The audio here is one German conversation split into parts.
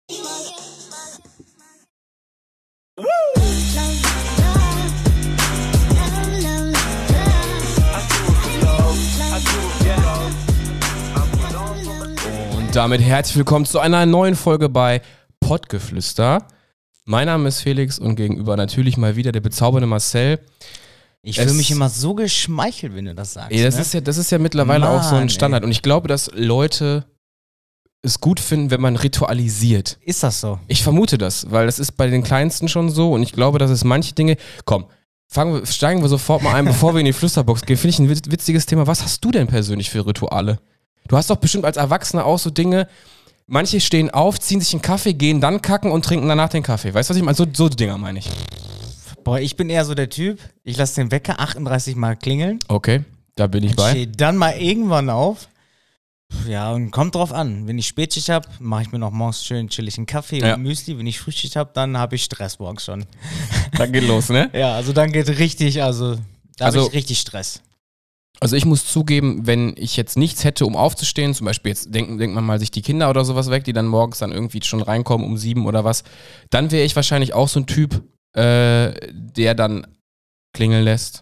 Und damit herzlich willkommen zu einer neuen Folge bei Pottgeflüster. Mein Name ist Felix und gegenüber natürlich mal wieder der bezaubernde Marcel. Ich fühle mich immer so geschmeichelt, wenn du das sagst. Das ist ja mittlerweile auch so ein Standard. Und ich glaube, dass Leute es gut finden, wenn man ritualisiert. Ist das so? Ich vermute das, weil das ist bei den Kleinsten schon so. Und ich glaube, dass es manche Dinge... Komm, steigen wir sofort mal ein, bevor wir in die Flüsterbox gehen. Finde ich ein witziges Thema. Was hast du denn persönlich für Rituale? Du hast doch bestimmt als Erwachsener auch so Dinge... Manche stehen auf, ziehen sich einen Kaffee, gehen dann kacken und trinken danach den Kaffee. Weißt du, was ich meine? So Dinger meine ich. Boah, ich bin eher so der Typ, ich lasse den Wecker 38 Mal klingeln. Okay, da bin ich bei. Stehe dann mal irgendwann auf. Ja, und kommt drauf an. Wenn ich Spätschicht habe, mache ich mir noch morgens schön chillig einen Kaffee und Müsli. Wenn ich Frühschicht habe, dann habe ich Stress morgens schon. Dann geht los, ne? Ja, also dann geht richtig, da habe ich richtig Stress. Also ich muss zugeben, wenn ich jetzt nichts hätte, um aufzustehen, zum Beispiel jetzt denkt man mal sich die Kinder oder sowas weg, die dann morgens dann irgendwie schon reinkommen um 7 oder was, dann wäre ich wahrscheinlich auch so ein Typ, der dann klingeln lässt,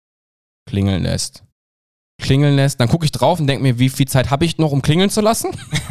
dann gucke ich drauf und denke mir, wie viel Zeit habe ich noch, um klingeln zu lassen?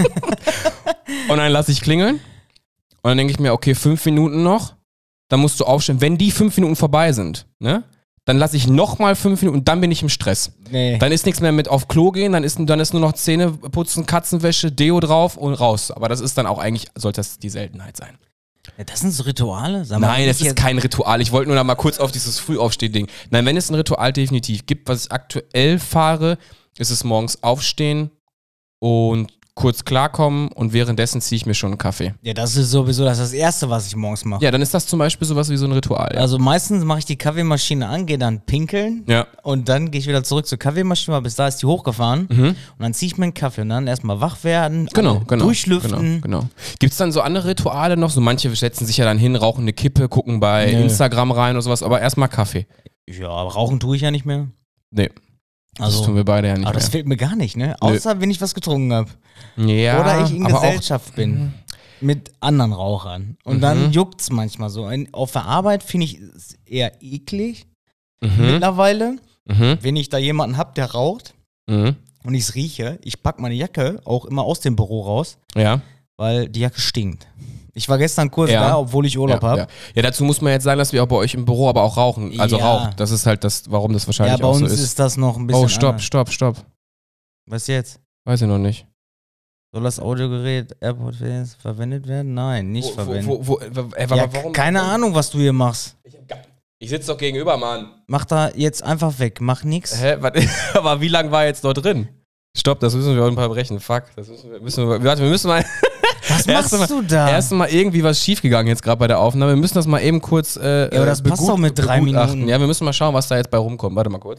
Und dann lasse ich klingeln und dann denke ich mir, okay, 5 Minuten noch, dann musst du aufstehen, wenn die 5 Minuten vorbei sind, ne? Dann lasse ich nochmal 5 Minuten und dann bin ich im Stress. Nee. Dann ist nichts mehr mit auf Klo gehen, dann ist nur noch Zähne putzen, Katzenwäsche, Deo drauf und raus. Aber das ist dann auch eigentlich, sollte das die Seltenheit sein. Ja, das sind so Rituale? Nein, das ist kein Ritual. Ich wollte nur noch mal kurz auf dieses Frühaufsteh-Ding. Nein, wenn es ein Ritual definitiv gibt, was ich aktuell fahre, ist es morgens aufstehen und kurz klarkommen und währenddessen ziehe ich mir schon einen Kaffee. Ja, das ist sowieso das Erste, was ich morgens mache. Ja, dann ist das zum Beispiel sowas wie so ein Ritual. Ja. Also meistens mache ich die Kaffeemaschine an, gehe dann pinkeln und dann gehe ich wieder zurück zur Kaffeemaschine, weil bis da ist die hochgefahren und dann ziehe ich mir einen Kaffee und dann erstmal wach werden, durchlüften. Genau. Gibt es dann so andere Rituale noch? So manche setzen sich ja dann hin, rauchen eine Kippe, gucken bei Instagram rein oder sowas, aber erstmal Kaffee. Ja, aber rauchen tue ich ja nicht mehr. Nee. Das tun wir beide ja nicht mehr. Aber das fehlt mir gar nicht, ne? Außer wenn ich was getrunken habe. Ja. Oder ich in Gesellschaft bin mit anderen Rauchern. Und dann juckt's manchmal so. Auf der Arbeit finde ich es eher eklig mittlerweile. Wenn ich da jemanden habe, der raucht und ich es rieche, ich packe meine Jacke auch immer aus dem Büro raus, weil die Jacke stinkt. Ich war gestern kurz da, obwohl ich Urlaub habe. Ja, dazu muss man jetzt sagen, dass wir auch bei euch im Büro aber auch rauchen. Also raucht. Das ist halt das, warum das wahrscheinlich auch so ist. Ja, bei uns ist das noch ein bisschen Stopp. Was jetzt? Weiß ich noch nicht. Soll das Audiogerät AirPod verwendet werden? Nein, nicht verwendet. Warum? Keine Ahnung, was du hier machst. Ich sitze doch gegenüber, Mann. Mach da jetzt einfach weg, mach nix. Hä? Aber wie lang war jetzt dort drin? Stopp, das müssen wir unterbrechen. Fuck, wir müssen mal... Was machst du da? Erstmal irgendwie was schiefgegangen jetzt gerade bei der Aufnahme. Wir müssen das mal eben kurz aber das passt doch mit 3 Minuten. Ja, wir müssen mal schauen, was da jetzt bei rumkommt. Warte mal kurz.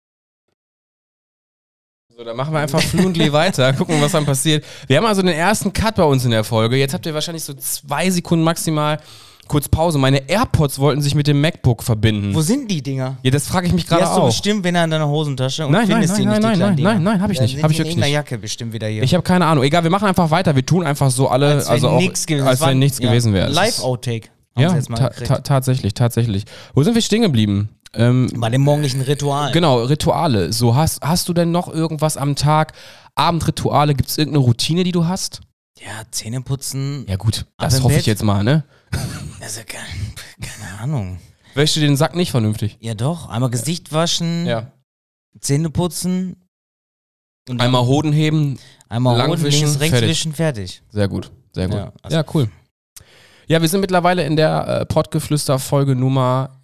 So, dann machen wir einfach fluently weiter, gucken, was dann passiert. Wir haben also den ersten Cut bei uns in der Folge. Jetzt habt ihr wahrscheinlich so 2 Sekunden maximal kurz Pause. Meine AirPods wollten sich mit dem MacBook verbinden. Wo sind die Dinger? Ja, das frage ich mich gerade auch. Die hast du bestimmt, wenn er in deiner Hosentasche und nein, findest die nicht, die kleinen Dinger. Nein, hab ich nicht. Hab ich wirklich in der nicht. Jacke bestimmt wieder hier. Ich habe keine Ahnung. Egal, wir machen einfach weiter. Wir tun einfach so alle, als wenn nichts gewesen wäre. Live-Outtake. Ja, tatsächlich. Wo sind wir stehen geblieben? Bei den morgendlichen Ritualen. Genau, Rituale. So, hast du denn noch irgendwas am Tag? Abendrituale, gibt es irgendeine Routine, die du hast? Ja, Zähne putzen. Ja gut, das hoffe ich jetzt mal, ne? Also, keine Ahnung. Wäschst du den Sack nicht vernünftig? Ja doch, einmal Gesicht waschen, Zähne putzen. Und einmal Hoden heben, einmal Hoden, links, rechts wischen, fertig. Sehr gut. Ja, cool. Ja, wir sind mittlerweile in der Pottgeflüster-Folge Nummer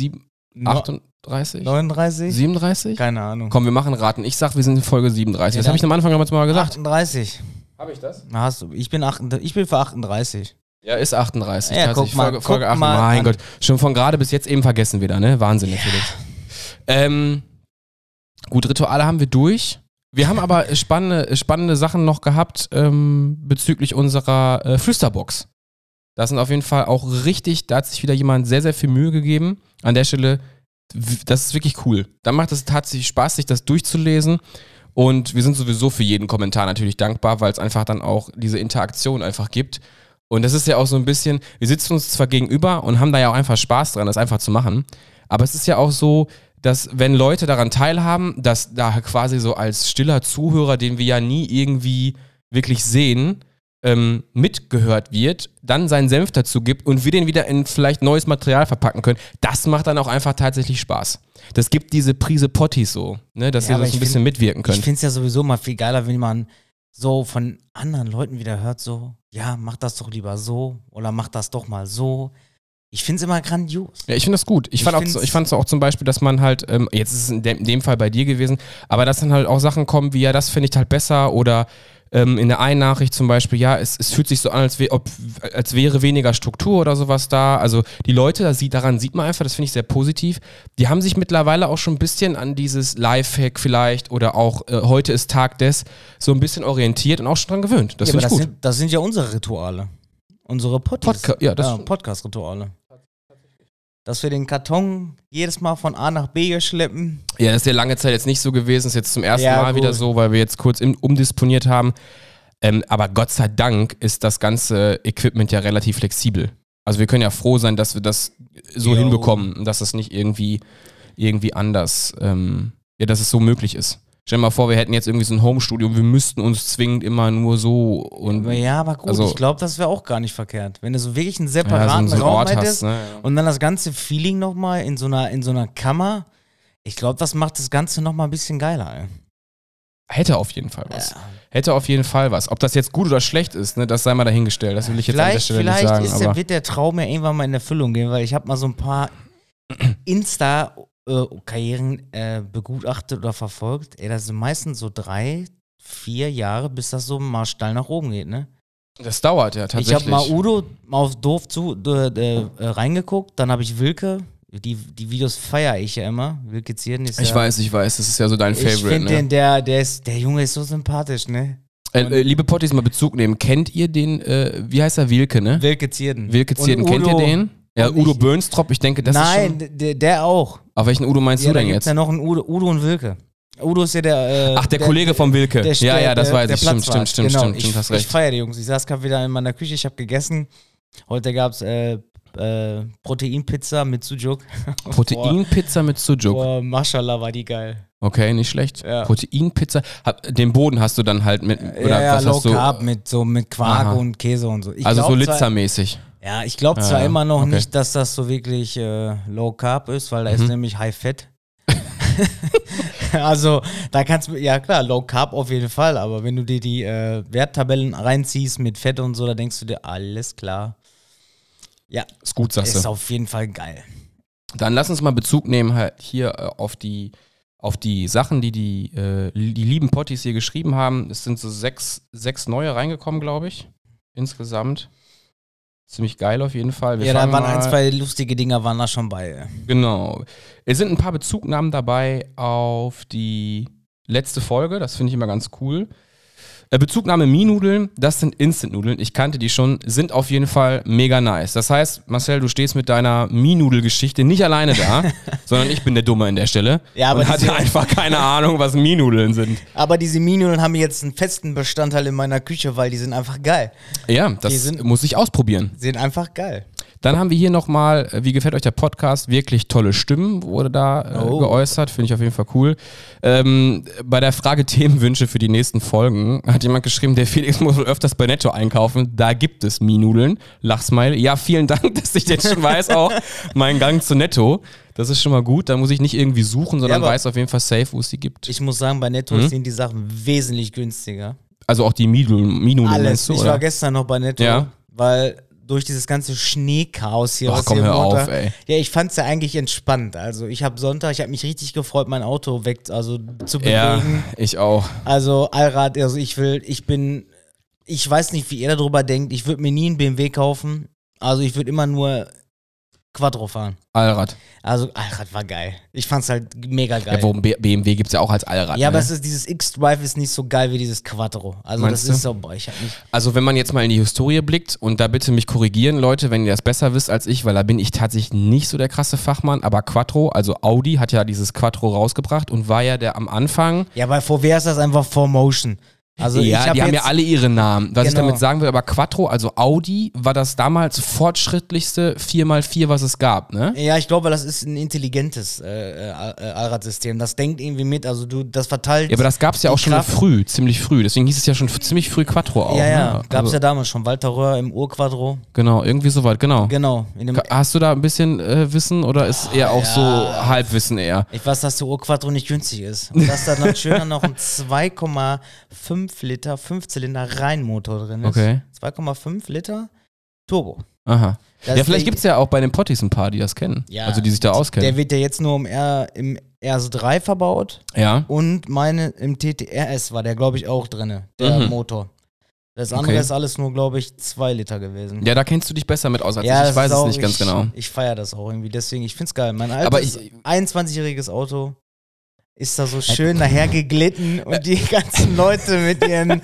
38? 39? 37? Keine Ahnung. Komm, wir machen Raten. Ich sag, wir sind in Folge 37. Das habe ich am Anfang damals mal gesagt. 38. Habe ich das? Hast du. Ich bin für 38. Ja, ist 38. Ja, guck mal, Folge 8. Mein Gott. Schon von gerade bis jetzt eben vergessen wieder, ne? Wahnsinn natürlich. Gut, Rituale haben wir durch. Wir haben aber spannende Sachen noch gehabt bezüglich unserer Flüsterbox. Das sind auf jeden Fall auch richtig, da hat sich wieder jemand sehr, sehr viel Mühe gegeben. An der Stelle, das ist wirklich cool. Da macht es tatsächlich Spaß, sich das durchzulesen. Und wir sind sowieso für jeden Kommentar natürlich dankbar, weil es einfach dann auch diese Interaktion einfach gibt. Und das ist ja auch so ein bisschen, wir sitzen uns zwar gegenüber und haben da ja auch einfach Spaß dran, das einfach zu machen, aber es ist ja auch so, dass wenn Leute daran teilhaben, dass da quasi so als stiller Zuhörer, den wir ja nie irgendwie wirklich sehen, mitgehört wird, dann seinen Senf dazu gibt und wir den wieder in vielleicht neues Material verpacken können, das macht dann auch einfach tatsächlich Spaß. Das gibt diese Prise Potties so, ne, dass ihr das ein bisschen mitwirken könnt. Ich finde es ja sowieso mal viel geiler, wenn man so von anderen Leuten wieder hört, so, ja, mach das doch lieber so oder mach das doch mal so. Ich finde es immer grandios. Ja, ich finde das gut. Ich fand es auch zum Beispiel, dass man halt, jetzt ist es in dem Fall bei dir gewesen, aber dass dann halt auch Sachen kommen wie, ja, das finde ich halt besser oder in der einen Nachricht zum Beispiel, ja, es fühlt sich so an, als wäre weniger Struktur oder sowas da. Also die Leute, daran sieht man einfach, das finde ich sehr positiv, die haben sich mittlerweile auch schon ein bisschen an dieses Lifehack vielleicht oder auch heute ist Tag des so ein bisschen orientiert und auch schon dran gewöhnt. Das finde ich gut. Das sind ja unsere Rituale. Unsere Podcast-Rituale. Dass wir den Karton jedes Mal von A nach B geschleppen. Ja, das ist ja lange Zeit jetzt nicht so gewesen. Das ist jetzt zum ersten Mal wieder so, weil wir jetzt kurz umdisponiert haben. Aber Gott sei Dank ist das ganze Equipment ja relativ flexibel. Also wir können ja froh sein, dass wir das so hinbekommen und dass das nicht irgendwie anders, dass es so möglich ist. Stell dir mal vor, wir hätten jetzt irgendwie so ein Homestudio und wir müssten uns zwingend immer nur so und. Ja, aber gut, also, ich glaube, das wäre auch gar nicht verkehrt. Wenn du so wirklich einen separaten so Raum hättest und dann das ganze Feeling nochmal in so einer Kammer, ich glaube, das macht das Ganze nochmal ein bisschen geiler, ey. Hätte auf jeden Fall was. Ja. Hätte auf jeden Fall was. Ob das jetzt gut oder schlecht ist, ne, das sei mal dahingestellt. Das will ich jetzt an der Stelle nicht sagen. Vielleicht wird der Traum ja irgendwann mal in Erfüllung gehen, weil ich habe mal so ein paar Karrieren begutachtet oder verfolgt. Ey, das sind meistens so 3-4 Jahre, bis das so mal steil nach oben geht, ne? Das dauert ja tatsächlich. Ich habe mal Udo mal auf doof reingeguckt, dann habe ich Wilke. Die Videos feiere ich ja immer. Wilke Zierden ist ich weiß, das ist ja so dein Favorite, ich finde der Junge ist so sympathisch, ne? Liebe Potties, mal Bezug nehmen. Kennt ihr den, wie heißt er, Wilke, ne? Wilke Zierden. Kennt ihr den? Ja, Udo Böhnstrop, ich denke, das ist schon... Nein, der auch. Auf welchen Udo meinst du denn jetzt? Ja, noch einen Udo und Wilke. Udo ist ja der... der Kollege vom Wilke. Das weiß ich. Stimmt, genau. Hast recht. Ich feiere die Jungs. Ich saß gerade wieder in meiner Küche, ich habe gegessen. Heute gab es Proteinpizza mit Sujuk. Proteinpizza mit Sujuk? Boah, Mashallah, war die geil. Okay, nicht schlecht. Ja. Proteinpizza. Den Boden hast du dann halt mit... Oder was hast du? Low Carb mit Quark und Käse und so. Also so Litzer-mäßig. Ja, ich glaube zwar immer noch nicht, dass das so wirklich Low Carb ist, weil da ist nämlich High Fat. Also, da kannst du, ja klar, Low Carb auf jeden Fall, aber wenn du dir die Werttabellen reinziehst mit Fett und so, da denkst du dir, alles klar. Ja, ist gut, sagst du. Ist auf jeden Fall geil. Dann lass uns mal Bezug nehmen halt hier auf die Sachen, die lieben Potties hier geschrieben haben. Es sind so sechs neue reingekommen, glaube ich, insgesamt. Ziemlich geil auf jeden Fall. Da waren 1, 2 lustige Dinger waren da schon bei. Genau. Es sind ein paar Bezugnahmen dabei auf die letzte Folge. Das finde ich immer ganz cool. Bezugnahme Mie-Nudeln, das sind Instant-Nudeln. Ich kannte die schon, sind auf jeden Fall mega nice. Das heißt, Marcel, du stehst mit deiner Mie-Nudel-Geschichte nicht alleine da, sondern ich bin der Dumme an der Stelle. Ja, aber und hatte einfach keine Ahnung, was Mie-Nudeln sind. Aber diese Mie-Nudeln haben jetzt einen festen Bestandteil in meiner Küche, weil die sind einfach geil. Ja, das muss ich ausprobieren. Sind einfach geil. Dann haben wir hier nochmal, wie gefällt euch der Podcast? Wirklich tolle Stimmen wurde da geäußert, finde ich auf jeden Fall cool. Bei der Frage Themenwünsche für die nächsten Folgen hat jemand geschrieben, der Felix muss wohl öfters bei Netto einkaufen, da gibt es Mie-Nudeln. Lachsmile. Ja, vielen Dank, dass ich jetzt schon weiß auch, meinen Gang zu Netto. Das ist schon mal gut, da muss ich nicht irgendwie suchen, sondern weiß auf jeden Fall safe, wo es sie gibt. Ich muss sagen, bei Netto sind die Sachen wesentlich günstiger. Also auch die Mie-Nudeln. Alles. Ich war gestern noch bei Netto, weil... durch dieses ganze Schneechaos hier. Ach komm, hör auf, ey. Ja, ich fand's ja eigentlich entspannt. Also ich habe Sonntag, ich habe mich richtig gefreut, mein Auto zu bewegen. Ja, ich auch. Also Allrad, also ich weiß nicht, wie ihr darüber denkt, ich würde mir nie einen BMW kaufen. Also ich würde immer nur Quattro fahren. Allrad. Also Allrad war geil. Ich fand's halt mega geil. Ja, warum BMW gibt's ja auch als Allrad. Ja, aber dieses X-Drive ist nicht so geil wie dieses Quattro. Also Meinst das ist du? so, ich hab nicht... Also wenn man jetzt mal in die Historie blickt und da bitte mich korrigieren, Leute, wenn ihr das besser wisst als ich, weil da bin ich tatsächlich nicht so der krasse Fachmann, aber Quattro, also Audi hat ja dieses Quattro rausgebracht und war ja der am Anfang... Ja, bei VW ist das einfach 4Motion. Also ja, die haben ja alle ihre Namen. Was ich Genau. damit sagen will, aber Quattro, also Audi, war das damals fortschrittlichste 4x4, was es gab, ne? Ja, ich glaube, das ist ein intelligentes Allradsystem. Das denkt irgendwie mit, also das verteilt. Ja, aber das gab es ja auch die schon Kraft. früh, ziemlich früh. Deswegen hieß es ja schon ziemlich früh Quattro auch. Ja, ja, ne? gab es Also, ja damals schon. Walter Röhr im Urquadro. Genau, irgendwie soweit, genau. Genau. Hast du da ein bisschen Wissen oder ist eher auch so Halbwissen eher? Ich weiß, dass der Urquadro nicht günstig ist. Und dass da dann schöner noch ein 2,5 Liter 5-Zylinder Reihenmotor drin ist. Okay. 2,5 Liter Turbo. Aha. Das Ja, vielleicht der- gibt es ja auch bei den Potties ein paar, die das kennen. Ja, Also die sich da auskennen. Der wird ja jetzt nur im RS3 verbaut Ja. und im TTRS war der, glaube ich, auch drin, der Motor. Das andere Okay. ist alles nur, glaube ich, 2 Liter gewesen. Ja, da kennst du dich besser mit aus als Ja, ich. das Ich weiß ist es auch- nicht ganz genau. Ich feiere das auch irgendwie, deswegen, ich finde es geil. Mein Aber altes 21-jähriges Auto ist da so schön daher geglitten und die ganzen Leute mit ihren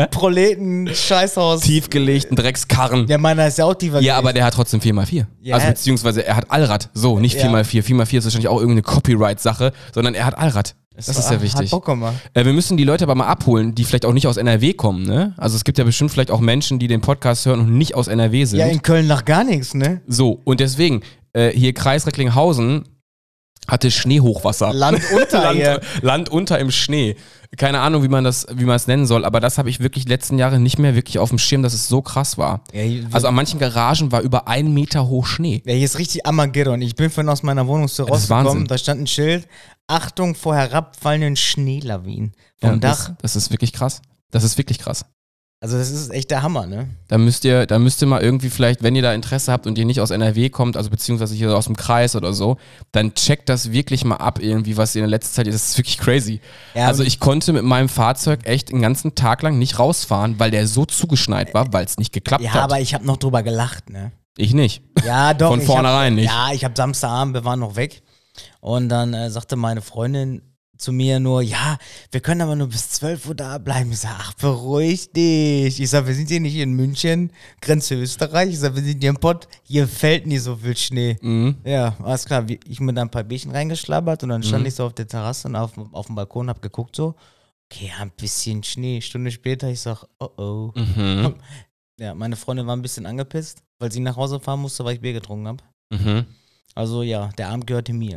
Proleten-Scheißhaus. Tiefgelegten Dreckskarren. Ja, meiner ist ja auch tiefer Ja, aber gewesen. der hat trotzdem 4x4. Ja. Also beziehungsweise er hat Allrad. So, nicht Ja. 4x4. 4x4 ist wahrscheinlich auch irgendeine Copyright-Sache, sondern er hat Allrad. Das ist sehr wichtig. Hat Bock gemacht. Wir müssen die Leute aber mal abholen, die vielleicht auch nicht aus NRW kommen, ne? Also es gibt ja bestimmt vielleicht auch Menschen, die den Podcast hören und nicht aus NRW sind. Ja, in Köln nach gar nichts, ne? So, und deswegen, hier Kreis Recklinghausen hatte Schneehochwasser. Land unter hier. Land unter im Schnee. Keine Ahnung, wie man es nennen soll, aber das habe ich wirklich letzten Jahre nicht mehr wirklich auf dem Schirm, dass es so krass war. Ja, Also an manchen Garagen war über 1 Meter hoch Schnee. Ja, hier ist richtig Armageddon. Ich bin vorhin aus meiner Wohnungstür das ist Wahnsinn. rausgekommen, da stand ein Schild, Achtung vor herabfallenden Schneelawinen vom Dach. Das ist wirklich krass. Das ist wirklich krass. Also das ist echt der Hammer, ne? Da müsst ihr mal irgendwie vielleicht, wenn ihr da Interesse habt und ihr nicht aus NRW kommt, also beziehungsweise hier aus dem Kreis oder so, dann checkt das wirklich mal ab irgendwie, was ihr in der letzten Zeit, das ist wirklich crazy. Ja, Also ich konnte mit meinem Fahrzeug echt den ganzen Tag lang nicht rausfahren, weil der so zugeschneit war, weil es nicht geklappt Ja, hat. aber ich habe noch drüber gelacht, ne? Ich nicht. Ja, doch. Von vornherein nicht. Ja, ich habe Samstagabend, wir waren noch weg. Und dann sagte meine Freundin zu mir nur, ja, wir können aber nur bis 12 Uhr da bleiben. Ich sag, ach, beruhig dich. Ich sag, wir sind hier nicht in München, Grenze Österreich. Ich sag, wir sind hier im Pott, hier fällt nie so viel Schnee. Mhm. Ja, alles klar. Ich mir da ein paar Bierchen reingeschlabbert und dann stand ich so auf der Terrasse und auf dem Balkon, hab geguckt so, okay, ja, ein bisschen Schnee. Stunde später, ich sag, oh oh. Mhm. Ja, meine Freundin war ein bisschen angepisst, weil sie nach Hause fahren musste, weil ich Bier getrunken habe. Mhm. Also ja, der Abend gehörte mir.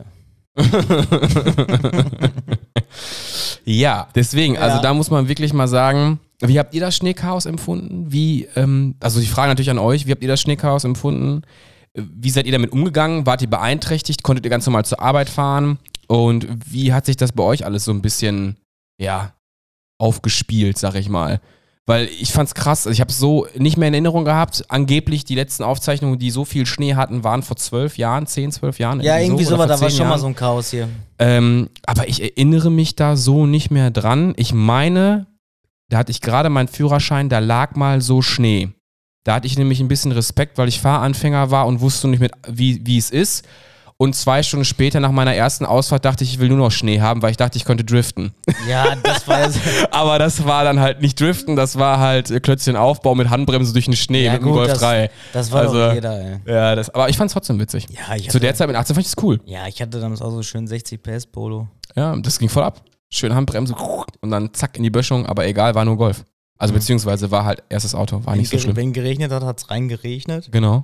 Ja, deswegen, also Ja. da muss man wirklich mal sagen, wie habt ihr das Schneechaos empfunden? Also die Frage natürlich an euch, wie habt ihr das Schneechaos empfunden? Wie seid ihr damit umgegangen? Wart ihr beeinträchtigt? Konntet ihr ganz normal zur Arbeit fahren? Und wie hat sich das bei euch alles so ein bisschen, ja, aufgespielt, sag ich mal? Weil ich fand's krass, also ich habe es so nicht mehr in Erinnerung gehabt. Angeblich die letzten Aufzeichnungen, die so viel Schnee hatten, waren vor 12 Jahren, 10, 12 Jahren. Ja, irgendwie so, so oder war, vor da war 10 schon mal Jahren. so ein Chaos hier. Aber ich erinnere mich da so nicht mehr dran. Ich meine, da hatte ich gerade meinen Führerschein, da lag mal so Schnee. Da hatte ich nämlich ein bisschen Respekt, weil ich Fahranfänger war und wusste nicht, wie es ist. Und 2 Stunden später nach meiner ersten Ausfahrt dachte ich will nur noch Schnee haben, weil ich dachte, ich könnte driften. Ja, das war jetzt. Aber das war dann halt nicht driften, das war halt Klötzchen Aufbau mit Handbremse durch den Schnee Ja, mit dem gut, Golf 3. Das war Also, doch jeder, ey. Ja, aber ich fand's trotzdem witzig. Ja, Zu der Zeit mit 18 fand ich das cool. Ja, ich hatte damals auch so schön 60 PS Polo. Ja, das ging voll ab. Schön Handbremse und dann zack in die Böschung, aber egal, war nur Golf. Also beziehungsweise war halt erstes Auto, war nicht so schlimm. Wenn geregnet hat, hat es reingeregnet. Genau.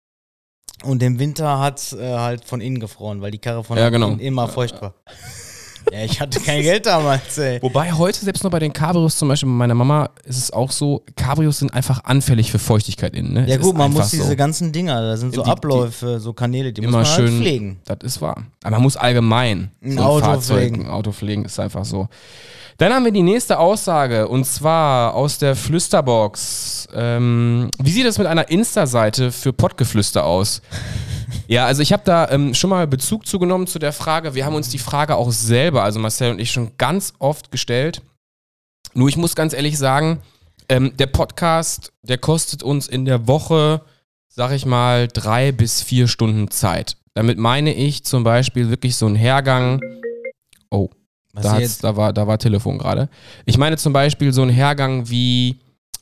Und im Winter hat es halt von innen gefroren, weil die Karre von Ja, genau. innen immer feucht war. Ja, ich hatte kein Geld damals, ey. Wobei heute, selbst nur bei den Cabrios, zum Beispiel bei meiner Mama, ist es auch so, Cabrios sind einfach anfällig für Feuchtigkeit innen. Ne? Ja Es gut, ist man einfach muss diese so. ganzen Dinger, da sind so Die- Abläufe, so Kanäle, die muss Immer man schön halt pflegen. Das ist wahr. Aber man muss allgemein Ein so Auto Fahrzeug, pflegen. ein Auto pflegen, ist einfach so. Dann haben wir die nächste Aussage und zwar aus der Flüsterbox. Wie sieht es mit einer Insta-Seite für Pottgeflüster aus? Ja, also ich habe da schon mal Bezug zugenommen zu der Frage. Wir haben uns die Frage auch selber, also Marcel und ich, schon ganz oft gestellt. Nur ich muss ganz ehrlich sagen, der Podcast, der kostet uns in der Woche, sag ich mal, 3 bis 4 Stunden Zeit. Damit meine ich zum Beispiel wirklich so einen Hergang. Oh, Was jetzt? da war Telefon gerade. Ich meine zum Beispiel so einen Hergang wie,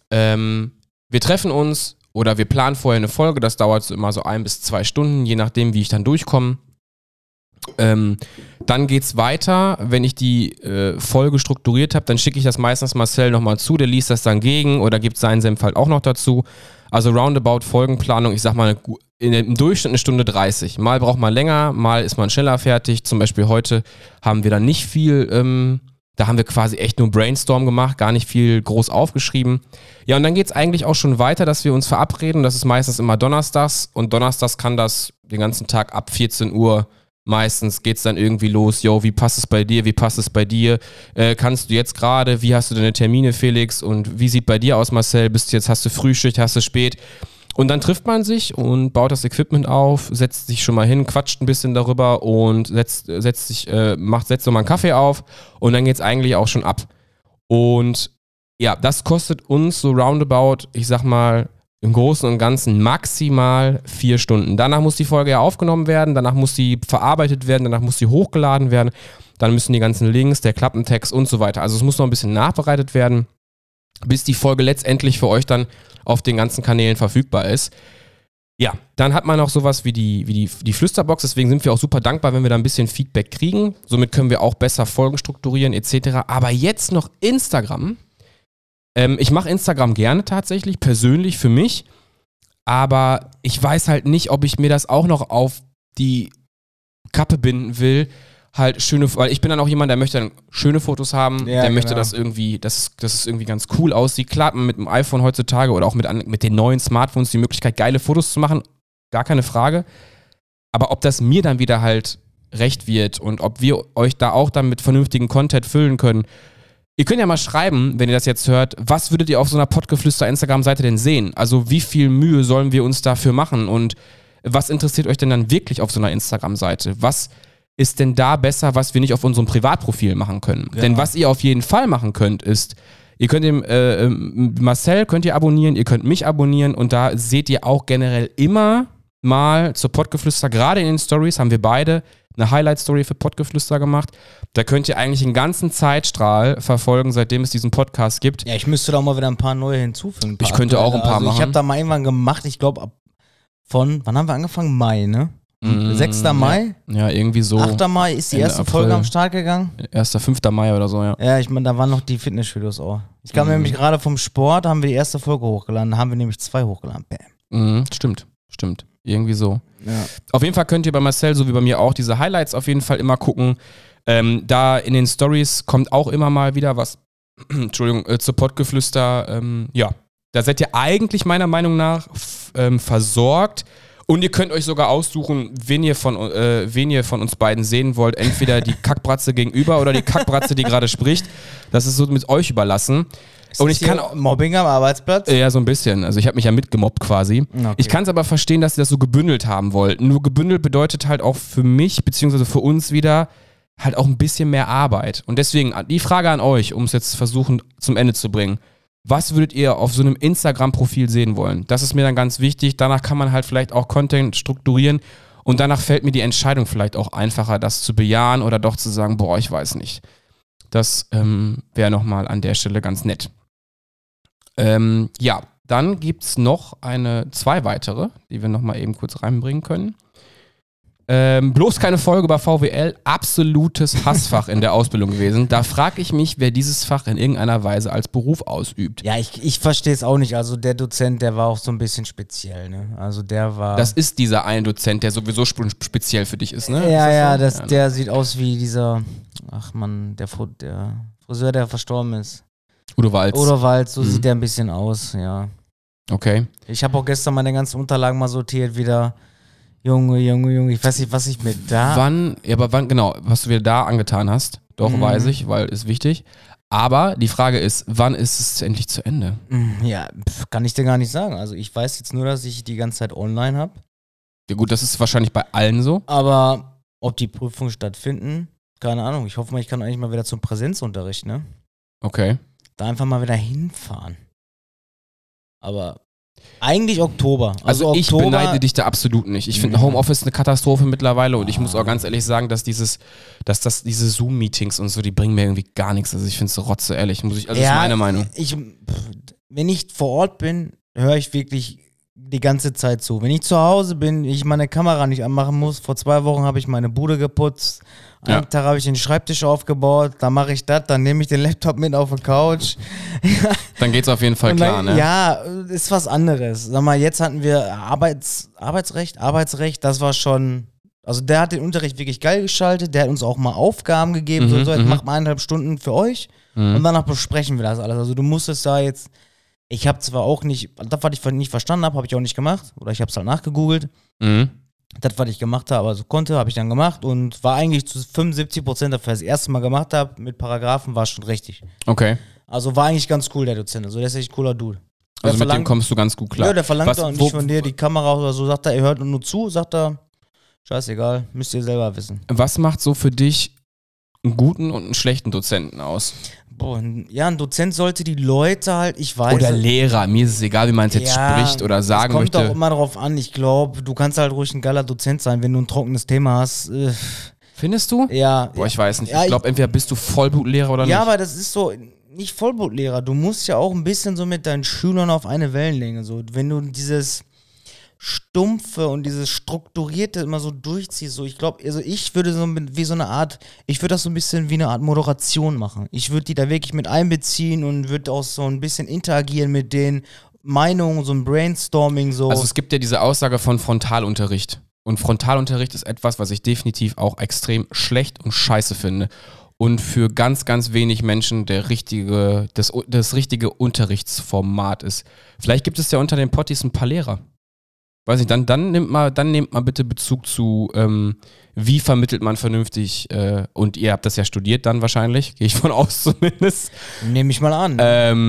wir treffen uns oder wir planen vorher eine Folge, das dauert so immer so 1 bis 2 Stunden, je nachdem, wie ich dann durchkomme. Dann geht's weiter, wenn ich die Folge strukturiert habe, dann schicke ich das meistens Marcel nochmal zu, der liest das dann gegen oder gibt seinen Senf halt auch noch dazu. Also roundabout Folgenplanung, ich sag mal im Durchschnitt 1:30. Mal braucht man länger, mal ist man schneller fertig. Zum Beispiel heute haben wir dann nicht viel, da haben wir quasi echt nur Brainstorm gemacht, gar nicht viel groß aufgeschrieben. Ja, und dann geht's eigentlich auch schon weiter, dass wir uns verabreden. Das ist meistens immer donnerstags und donnerstags kann das den ganzen Tag ab 14 Uhr. Meistens geht's dann irgendwie los, yo, wie passt es bei dir, wie passt es bei dir, kannst du jetzt gerade, wie hast du deine Termine, Felix, und wie sieht bei dir aus, Marcel, hast du Frühschicht, hast du spät, und dann trifft man sich und baut das Equipment auf, setzt sich schon mal hin, quatscht ein bisschen darüber und setzt nochmal einen Kaffee auf und dann geht's eigentlich auch schon ab. Und ja, das kostet uns so roundabout, ich sag mal, im Großen und Ganzen maximal 4 Stunden. Danach muss die Folge ja aufgenommen werden, danach muss sie verarbeitet werden, danach muss sie hochgeladen werden, dann müssen die ganzen Links, der Klappentext und so weiter. Also es muss noch ein bisschen nachbereitet werden, bis die Folge letztendlich für euch dann auf den ganzen Kanälen verfügbar ist. Ja, dann hat man auch sowas wie die Flüsterbox, deswegen sind wir auch super dankbar, wenn wir da ein bisschen Feedback kriegen. Somit können wir auch besser Folgen strukturieren etc. Aber jetzt noch Instagram. Ich mache Instagram gerne tatsächlich, persönlich für mich, aber ich weiß halt nicht, ob ich mir das auch noch auf die Kappe binden will. Halt weil ich bin dann auch jemand, der möchte dann schöne Fotos haben, der möchte das irgendwie, dass es irgendwie ganz cool aussieht. Klar hat man mit dem iPhone heutzutage oder auch mit den neuen Smartphones die Möglichkeit, geile Fotos zu machen, gar keine Frage. Aber ob das mir dann wieder halt recht wird und ob wir euch da auch dann mit vernünftigen Content füllen können. Ihr könnt ja mal schreiben, wenn ihr das jetzt hört, was würdet ihr auf so einer Pottgeflüster-Instagram-Seite denn sehen? Also wie viel Mühe sollen wir uns dafür machen und was interessiert euch denn dann wirklich auf so einer Instagram-Seite? Was ist denn da besser, was wir nicht auf unserem Privatprofil machen können? Ja. Denn was ihr auf jeden Fall machen könnt, ist, ihr könnt Marcel könnt ihr abonnieren, ihr könnt mich abonnieren und da seht ihr auch generell immer mal zur Pottgeflüster, gerade in den Stories haben wir beide eine Highlight-Story für Pottgeflüster gemacht. Da könnt ihr eigentlich den ganzen Zeitstrahl verfolgen, seitdem es diesen Podcast gibt. Ja, ich müsste da auch mal wieder ein paar neue hinzufügen. Ich könnte auch ein paar machen. Ich habe da mal irgendwann gemacht, ich glaube wann haben wir angefangen? Mai, ne? 6. Mai? Ja, irgendwie so. 8. Mai ist die erste Folge am Start geganng. 5. Mai oder so, ja. Ja, ich meine, da waren noch die Fitnessstudios auch. Ich kam nämlich gerade vom Sport, haben wir die erste Folge hochgeladen, da haben wir nämlich 2 hochgeladen. Bam. Stimmt. Irgendwie so. Ja. Auf jeden Fall könnt ihr bei Marcel, so wie bei mir auch, diese Highlights auf jeden Fall immer gucken. Da in den Stories kommt auch immer mal wieder was, zu Pottgeflüster. Ja, da seid ihr eigentlich meiner Meinung nach versorgt. Und ihr könnt euch sogar aussuchen, wen ihr von uns beiden sehen wollt. Entweder die Kackbratze gegenüber oder die Kackbratze, die gerade spricht. Das ist so mit euch überlassen. Und ich kann auch Mobbing am Arbeitsplatz? Ja, so ein bisschen. Also ich habe mich ja mitgemobbt quasi. Okay. Ich kann es aber verstehen, dass sie das so gebündelt haben wollten. Nur gebündelt bedeutet halt auch für mich, beziehungsweise für uns wieder, halt auch ein bisschen mehr Arbeit. Und deswegen die Frage an euch, um es jetzt versuchen zum Ende zu bringen. Was würdet ihr auf so einem Instagram-Profil sehen wollen? Das ist mir dann ganz wichtig. Danach kann man halt vielleicht auch Content strukturieren. Und danach fällt mir die Entscheidung vielleicht auch einfacher, das zu bejahen oder doch zu sagen, boah, ich weiß nicht. Das wäre nochmal an der Stelle ganz nett. Ja, dann gibt es noch 2 weitere, die wir nochmal eben kurz reinbringen können. Bloß keine Folge über VWL, absolutes Hassfach in der Ausbildung gewesen. Da frage ich mich, wer dieses Fach in irgendeiner Weise als Beruf ausübt. Ja, ich verstehe es auch nicht. Also der Dozent, der war auch so ein bisschen speziell, ne? Also der war... Das ist dieser eine Dozent, der sowieso speziell für dich ist, ne? Ja, der sieht aus wie dieser, der Friseur, der verstorben ist. Udo Walz. So sieht der ein bisschen aus, ja. Okay. Ich habe auch gestern meine ganzen Unterlagen mal sortiert wieder. Junge, ich weiß nicht, was ich mir da... Wann genau, was du dir da angetan hast, doch weiß ich, weil ist wichtig. Aber die Frage ist, wann ist es endlich zu Ende? Ja, kann ich dir gar nicht sagen. Also ich weiß jetzt nur, dass ich die ganze Zeit online habe. Ja gut, das ist wahrscheinlich bei allen so. Aber ob die Prüfungen stattfinden, keine Ahnung. Ich hoffe mal, ich kann eigentlich mal wieder zum Präsenzunterricht, ne? Okay. Da einfach mal wieder hinfahren. Aber eigentlich Oktober. Also ich beneide dich da absolut nicht. Ich finde Homeoffice eine Katastrophe mittlerweile und ich muss auch ganz ehrlich sagen, dass diese Zoom-Meetings und so, die bringen mir irgendwie gar nichts. Also ich finde es so rotze ehrlich. Das ist meine Meinung. Wenn ich vor Ort bin, höre ich wirklich die ganze Zeit zu. Wenn ich zu Hause bin, ich meine Kamera nicht anmachen muss, vor 2 Wochen habe ich meine Bude geputzt, einen Tag habe ich den Schreibtisch aufgebaut, dann mache ich das, dann nehme ich den Laptop mit auf die Couch. Dann geht's auf jeden Fall klar, ne? Ja, ist was anderes. Sag mal, jetzt hatten wir Arbeitsrecht, das war schon, also der hat den Unterricht wirklich geil geschaltet, der hat uns auch mal Aufgaben gegeben, so jetzt macht mal 1,5 Stunden für euch und danach besprechen wir das alles. Also du musstest da jetzt, ich habe zwar auch nicht, das, was ich nicht verstanden habe ich auch nicht gemacht, oder ich habe es halt nachgegoogelt. Das, was ich gemacht habe, also konnte, habe ich dann gemacht und war eigentlich zu 75% dafür, das erste Mal gemacht habe, mit Paragraphen war schon richtig. Okay. Also war eigentlich ganz cool, der Dozent. Also der ist echt cooler Dude. Also mit dem kommst du ganz gut klar. Ja, der verlangt auch nicht von dir die Kamera oder so, sagt er, ihr hört nur zu, sagt er, scheißegal, müsst ihr selber wissen. Was macht so für dich einen guten und einen schlechten Dozenten aus? Boah, ja, ein Dozent sollte die Leute halt, ich weiß. Oder Lehrer, mir ist es egal, wie man es jetzt spricht oder sagen möchte. Kommt auch immer drauf an, ich glaube, du kannst halt ruhig ein geiler Dozent sein, wenn du ein trockenes Thema hast. Findest du? Ja. Boah, ich weiß nicht. Ich glaube, entweder bist du Vollblutlehrer oder nicht. Ja, aber das ist so, nicht Vollblutlehrer. Du musst ja auch ein bisschen so mit deinen Schülern auf eine Wellenlänge. So, wenn du dieses Stumpfe und dieses Strukturierte immer so durchziehst, so, ich glaube, also ich würde so wie so eine Art, ich würde das so ein bisschen wie eine Art Moderation machen. Ich würde die da wirklich mit einbeziehen und würde auch so ein bisschen interagieren mit den Meinungen, so ein Brainstorming, so. Also es gibt ja diese Aussage von Frontalunterricht. Und Frontalunterricht ist etwas, was ich definitiv auch extrem schlecht und scheiße finde. Und für ganz, ganz wenig Menschen das richtige Unterrichtsformat ist. Vielleicht gibt es ja unter den Potties ein paar Lehrer. Weiß nicht, dann nehmt mal bitte Bezug zu, wie vermittelt man vernünftig, und ihr habt das ja studiert dann wahrscheinlich, gehe ich von aus zumindest. Nehme ich mal an.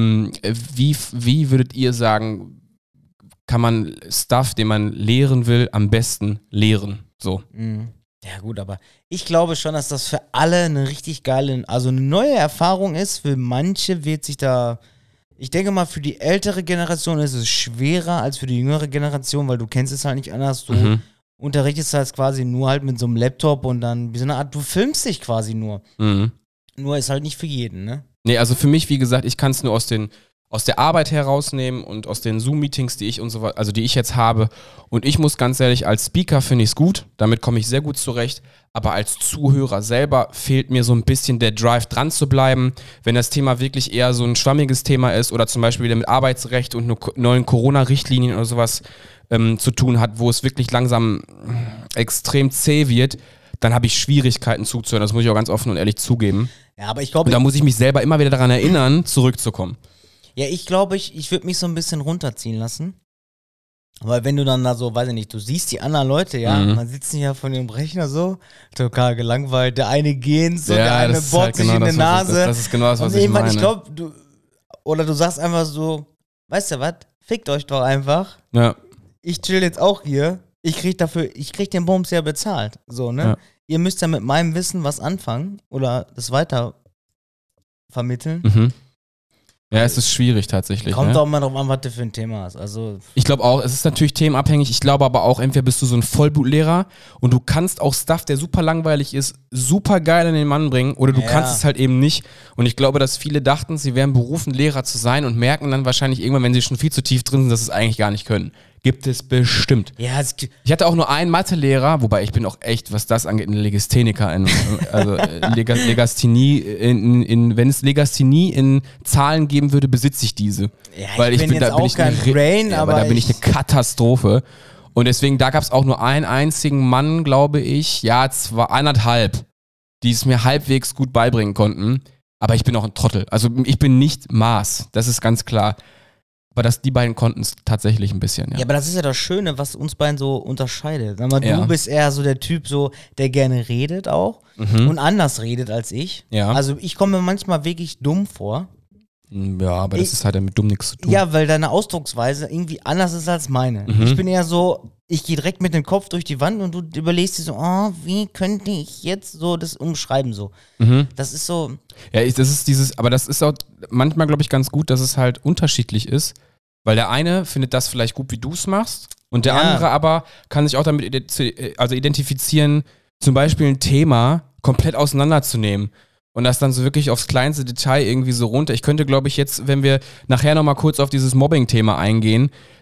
Wie würdet ihr sagen, kann man Stuff, den man lehren will, am besten lehren? So. Ja gut, aber ich glaube schon, dass das für alle eine richtig geile, also eine neue Erfahrung ist. Für manche wird sich da, ich denke mal, für die ältere Generation ist es schwerer als für die jüngere Generation, weil du kennst es halt nicht anders. Du unterrichtest halt quasi nur halt mit so einem Laptop und dann wie so eine Art, du filmst dich quasi nur. Nur ist halt nicht für jeden, ne? Nee, also für mich, wie gesagt, ich kann es nur aus der Arbeit herausnehmen und aus den Zoom-Meetings, die ich jetzt habe. Und ich muss ganz ehrlich, als Speaker finde ich es gut, damit komme ich sehr gut zurecht. Aber als Zuhörer selber fehlt mir so ein bisschen der Drive, dran zu bleiben. Wenn das Thema wirklich eher so ein schwammiges Thema ist oder zum Beispiel wieder mit Arbeitsrecht und neuen Corona-Richtlinien oder sowas zu tun hat, wo es wirklich langsam extrem zäh wird, dann habe ich Schwierigkeiten zuzuhören. Das muss ich auch ganz offen und ehrlich zugeben. Ja, aber ich glaube, und da muss ich mich selber immer wieder daran erinnern, zurückzukommen. Ja, ich glaube, ich würde mich so ein bisschen runterziehen lassen. Weil wenn du dann da so, weiß ich nicht, du siehst die anderen Leute, ja, man sitzt ja von dem Rechner so, total gelangweilt, der eine geht so, der eine bohrt sich in die Nase. Das ist genau das, was ich meine. Ich glaube, du sagst einfach so, weißt du was, fickt euch doch einfach. Ja. Ich chill jetzt auch hier, ich krieg den Bums ja bezahlt, so, ne? Ja. Ihr müsst ja mit meinem Wissen was anfangen oder das weiter vermitteln. Ja, es ist schwierig tatsächlich. Kommt auch mal drauf an, was du für ein Thema hast. Also ich glaube auch, es ist natürlich themenabhängig. Ich glaube aber auch, entweder bist du so ein Vollblutlehrer und du kannst auch Stuff, der super langweilig ist, super geil in den Mann bringen oder du kannst es halt eben nicht. Und ich glaube, dass viele dachten, sie wären berufen, Lehrer zu sein und merken dann wahrscheinlich irgendwann, wenn sie schon viel zu tief drin sind, dass sie es eigentlich gar nicht können. Gibt es bestimmt. Ja, ich hatte auch nur einen Mathelehrer, wobei ich bin auch echt, was das angeht, ein Legastheniker. Also Legasthenie, wenn es Legasthenie in Zahlen geben würde, besitze ich diese. Ja, weil ich bin jetzt auch kein Brain, aber da bin ich eine Katastrophe. Und deswegen, da gab es auch nur einen einzigen Mann, glaube ich, ja, 1,5, die es mir halbwegs gut beibringen konnten. Aber ich bin auch ein Trottel. Also ich bin nicht Maß, das ist ganz klar. Aber die beiden konnten es tatsächlich ein bisschen, ja. Ja, aber das ist ja das Schöne, was uns beiden so unterscheidet. Sag mal, du bist eher so der Typ, so, der gerne redet auch und anders redet als ich. Ja. Also ich komme mir manchmal wirklich dumm vor. Ja, aber das ist halt mit dumm nichts zu tun. Ja, weil deine Ausdrucksweise irgendwie anders ist als meine. Ich bin eher so, ich gehe direkt mit dem Kopf durch die Wand und du überlegst dir so, wie könnte ich jetzt so das umschreiben so. Das ist so. Ja, aber das ist auch manchmal, glaube ich, ganz gut, dass es halt unterschiedlich ist, weil der eine findet das vielleicht gut, wie du es machst und der andere aber kann sich auch damit identifizieren, zum Beispiel ein Thema komplett auseinanderzunehmen. Und das dann so wirklich aufs kleinste Detail irgendwie so runter. Ich könnte, glaube ich, jetzt, wenn wir nachher nochmal kurz auf dieses Mobbing-Thema eingehen,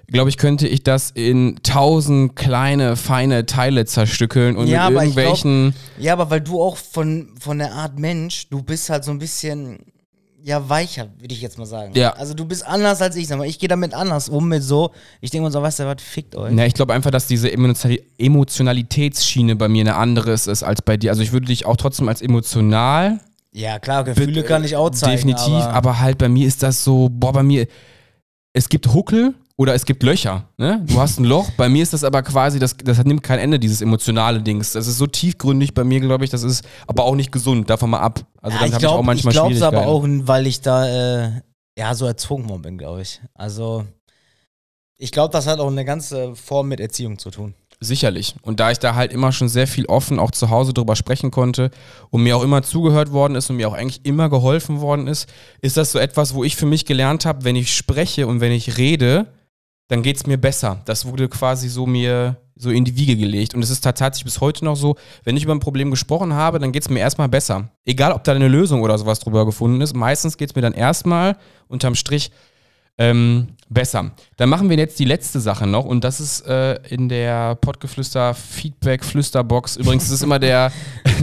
glaube ich, könnte ich das in 1000 kleine, feine Teile zerstückeln und Ja, mit aber irgendwelchen... Ja, aber weil du auch von der Art Mensch, du bist halt so ein bisschen, ja, weicher, würde ich jetzt mal sagen. Ja. Also du bist anders als ich, sag mal. Ich gehe damit anders um mit so, ich denke mir so, weißt du was, fickt euch. Ja, ich glaube einfach, dass diese Emotionalitätsschiene bei mir eine andere ist als bei dir. Also ich würde dich auch trotzdem als emotional... Ja, klar, Gefühle kann ich auch zeigen. Definitiv, aber halt bei mir ist das so, bei mir, es gibt Huckel oder es gibt Löcher, ne? Du hast ein Loch, bei mir ist das aber quasi, das nimmt kein Ende, dieses emotionale Dings. Das ist so tiefgründig bei mir, glaube ich, das ist aber auch nicht gesund, davon mal ab. Also dann habe ich auch manchmal Schwierigkeiten. Ich glaube es aber auch, weil ich da, so erzogen worden bin, glaube ich. Also, ich glaube, das hat auch eine ganze Form mit Erziehung zu tun. Sicherlich. Und da ich da halt immer schon sehr viel offen auch zu Hause drüber sprechen konnte und mir auch immer zugehört worden ist und mir auch eigentlich immer geholfen worden ist das so etwas, wo ich für mich gelernt habe, wenn ich spreche und wenn ich rede, dann geht es mir besser. Das wurde quasi so mir so in die Wiege gelegt. Und es ist tatsächlich bis heute noch so, wenn ich über ein Problem gesprochen habe, dann geht es mir erstmal besser. Egal, ob da eine Lösung oder sowas drüber gefunden ist, meistens geht es mir dann erstmal unterm Strich besser. Dann machen wir jetzt die letzte Sache noch und das ist in der Pottgeflüster-Feedback-Flüsterbox. Übrigens, das ist immer der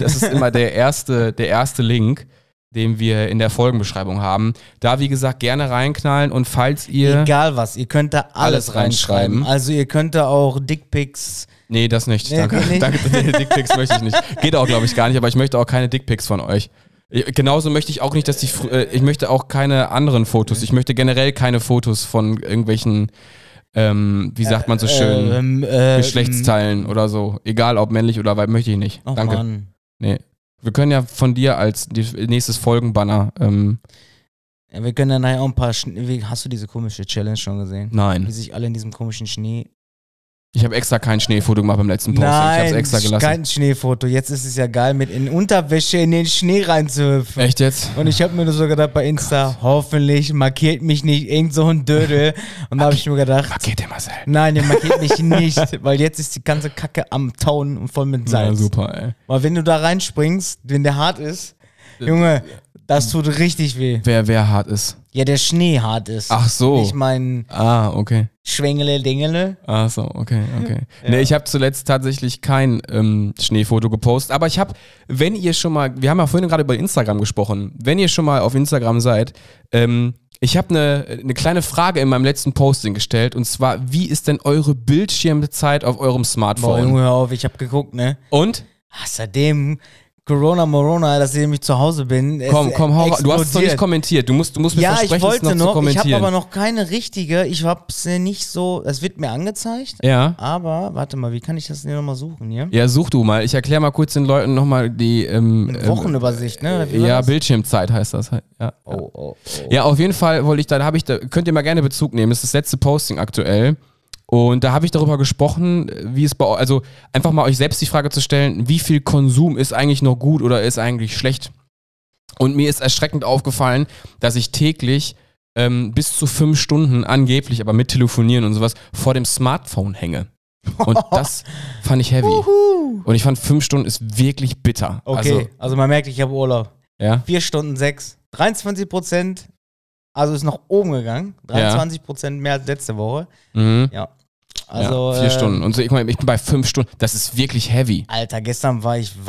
erste Link, den wir in der Folgenbeschreibung haben. Da, wie gesagt, gerne reinknallen und falls ihr... Egal was, ihr könnt da alles reinschreiben. Also ihr könnt da auch Dickpics... Nee, das nicht. Danke. Nee, Dickpics möchte ich nicht. Geht auch, glaube ich, gar nicht, aber ich möchte auch keine Dickpics von euch. Genauso möchte ich auch nicht, dass ich möchte auch keine anderen Fotos. Ich möchte generell keine Fotos von irgendwelchen, wie sagt man so schön, Geschlechtsteilen oder so. Egal ob männlich oder weiblich, möchte ich nicht. Oh, danke. Mann. Nee. Wir können ja von dir als nächstes Folgenbanner. Ja, wir können dann nachher auch ein paar Hast du diese komische Challenge schon gesehen? Nein. Wie sich alle in diesem komischen Schnee... Ich habe extra kein Schneefoto gemacht beim letzten Post. Nein, ich habe es extra gelassen. Kein Schneefoto. Jetzt ist es ja geil, mit in Unterwäsche in den Schnee reinzuhüpfen. Echt jetzt? Und ich habe mir nur so gedacht bei Insta, hoffentlich markiert mich nicht irgend so ein Dödel. Und da habe ich mir gedacht... Markiert den Marcel. Nein, der markiert mich nicht, weil jetzt ist die ganze Kacke am Tauen und voll mit Salz. Ja, super, ey. Weil wenn du da reinspringst, wenn der hart ist, Junge, das tut richtig weh. Wer hart ist? Ja, der Schnee hart ist. Ach so. Ich meine... Okay. Schwengele, Dingele. Ach so, okay. Ja. Nee, ich habe zuletzt tatsächlich kein Schneefoto gepostet, aber ich habe, wenn ihr schon mal, wir haben ja vorhin gerade über Instagram gesprochen, wenn ihr schon mal auf Instagram seid, ich habe eine kleine Frage in meinem letzten Posting gestellt und zwar, wie ist denn eure Bildschirmzeit auf eurem Smartphone? Boah, Junge, hör auf, ich habe geguckt, ne? Und? Seitdem Corona, dass ich nämlich zu Hause bin. Komm, hau raus. Du hast es noch nicht kommentiert. Du musst mir versprechen, es noch zu kommentieren. Ich habe aber noch keine richtige. Ich habe es nicht so. Es wird mir angezeigt. Ja. Aber, warte mal, wie kann ich das denn nochmal suchen hier? Ja, such du mal. Ich erkläre mal kurz den Leuten nochmal die Wochenübersicht, ne? Ja, Bildschirmzeit heißt das halt. Ja. Oh. Ja, auf jeden Fall könnt ihr mal gerne Bezug nehmen. Das ist das letzte Posting aktuell. Und da habe ich darüber gesprochen, wie es bei euch, also einfach mal euch selbst die Frage zu stellen, wie viel Konsum ist eigentlich noch gut oder ist eigentlich schlecht? Und mir ist erschreckend aufgefallen, dass ich täglich bis zu 5 Stunden angeblich, aber mit Telefonieren und sowas, vor dem Smartphone hänge. Und das fand ich heavy. Und ich fand 5 Stunden ist wirklich bitter. Okay, also man merkt, ich habe Urlaub. Ja? 4 Stunden 6, 23%, also ist nach oben gegangen. 23% mehr als letzte Woche. Mhm. Ja. Also, 4 Stunden. Und so, ich meine, ich bin bei 5 Stunden. Das ist wirklich heavy. Alter, gestern war ich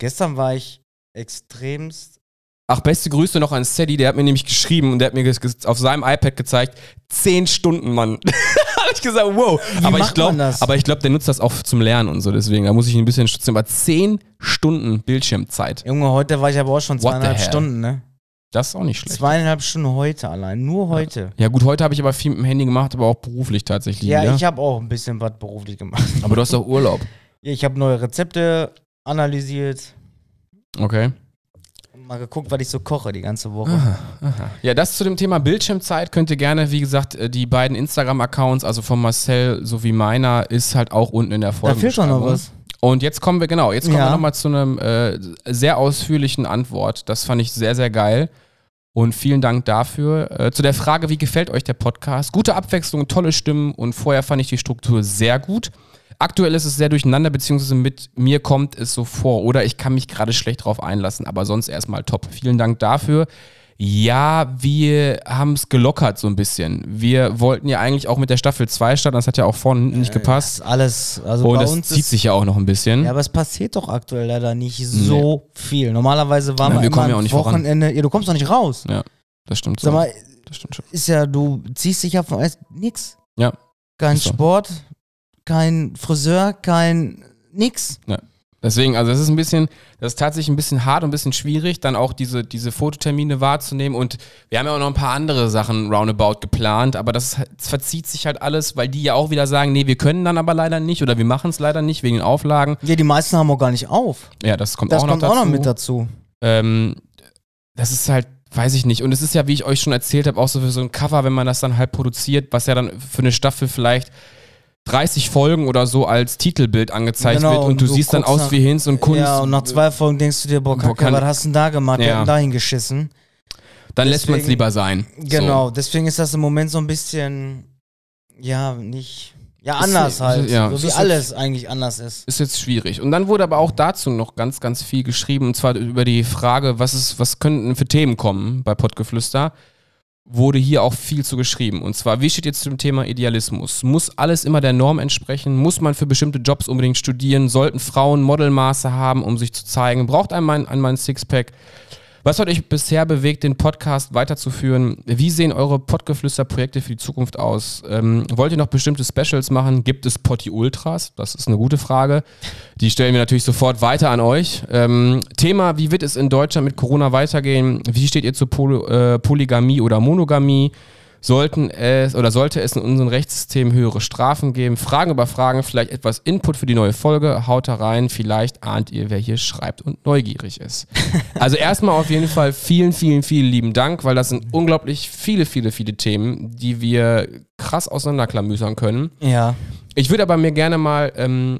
extremst. Ach, beste Grüße noch an Sadie, der hat mir nämlich geschrieben und der hat mir auf seinem iPad gezeigt, 10 Stunden, Mann. Hab ich gesagt, wow. Aber ich glaube, der nutzt das auch zum Lernen und so, deswegen, da muss ich ein bisschen schützen. Aber 10 Stunden Bildschirmzeit. Junge, heute war ich aber auch schon 2,5 Stunden, ne? Das ist auch nicht schlecht. 2,5 Stunden heute allein, nur heute. Ja gut, heute habe ich aber viel mit dem Handy gemacht, aber auch beruflich tatsächlich. Ja, ich habe auch ein bisschen was beruflich gemacht. Aber du hast doch Urlaub. Ja, ich habe neue Rezepte analysiert. Okay. Mal geguckt, was ich so koche die ganze Woche. Aha. Ja, das zu dem Thema Bildschirmzeit könnt ihr gerne, wie gesagt, die beiden Instagram-Accounts, also von Marcel sowie meiner, ist halt auch unten in der Folge. Da fehlt doch noch was. Und jetzt kommen wir nochmal zu einem sehr ausführlichen Antwort. Das fand ich sehr, sehr geil. Und vielen Dank dafür. Zu der Frage, wie gefällt euch der Podcast? Gute Abwechslung, tolle Stimmen und vorher fand ich die Struktur sehr gut. Aktuell ist es sehr durcheinander, beziehungsweise mit mir kommt es so vor. Oder ich kann mich gerade schlecht drauf einlassen, aber sonst erstmal top. Vielen Dank dafür. Ja, wir haben es gelockert so ein bisschen. Wir wollten ja eigentlich auch mit der Staffel 2 starten, das hat ja auch vorne nicht gepasst. Das alles, also und bei das uns zieht sich ja auch noch ein bisschen. Ja, aber es passiert doch aktuell leider nicht so viel. Normalerweise waren wir kommen immer ja auch nicht Wochenende, ja, du kommst doch nicht raus. Ja, das stimmt so. Sag mal, das stimmt schon. ist ja, du ziehst dich ja von nix. Ja. Kein so. Sport, kein Friseur, kein nix. Ja. Deswegen, also das ist tatsächlich ein bisschen hart und ein bisschen schwierig, dann auch diese Fototermine wahrzunehmen und wir haben ja auch noch ein paar andere Sachen roundabout geplant, aber das verzieht sich halt alles, weil die ja auch wieder sagen, nee, wir können dann aber leider nicht oder wir machen es leider nicht wegen den Auflagen. Ja, die meisten haben auch gar nicht auf. Ja, das kommt auch noch mit dazu. Das ist halt, weiß ich nicht. Und es ist ja, wie ich euch schon erzählt habe, auch so für so ein Cover, wenn man das dann halt produziert, was ja dann für eine Staffel vielleicht 30 Folgen oder so als Titelbild angezeigt wird und du siehst dann aus wie Hinz und Kunst. Ja, und nach 2 Folgen denkst du dir, boah, Kacke, was hast du denn da gemacht? Ja. Wir haben dahin geschissen. Dann lässt man es lieber sein. Genau, deswegen ist das im Moment so ein bisschen, ja, nicht, ja, anders halt. Ja, so wie alles eigentlich anders ist. Ist jetzt schwierig. Und dann wurde aber auch dazu noch ganz, ganz viel geschrieben, und zwar über die Frage, was könnten für Themen kommen bei Pottgeflüster. Wurde hier auch viel zu geschrieben. Und zwar, wie steht jetzt zum Thema Idealismus? Muss alles immer der Norm entsprechen? Muss man für bestimmte Jobs unbedingt studieren? Sollten Frauen Modelmaße haben, um sich zu zeigen? Braucht einmal ein Sixpack? Was hat euch bisher bewegt, den Podcast weiterzuführen? Wie sehen eure Pottgeflüster-Projekte für die Zukunft aus? Wollt ihr noch bestimmte Specials machen? Gibt es Potti Ultras? Das ist eine gute Frage. Die stellen wir natürlich sofort weiter an euch. Thema, wie wird es in Deutschland mit Corona weitergehen? Wie steht ihr zu Polygamie oder Monogamie? Sollte es in unserem Rechtssystem höhere Strafen geben? Fragen über Fragen, vielleicht etwas Input für die neue Folge. Haut da rein, vielleicht ahnt ihr, wer hier schreibt und neugierig ist. Also erstmal auf jeden Fall vielen, vielen, vielen lieben Dank, weil das sind unglaublich viele, viele, viele Themen, die wir krass auseinanderklamüsern können. Ja. Ich würde aber mir gerne mal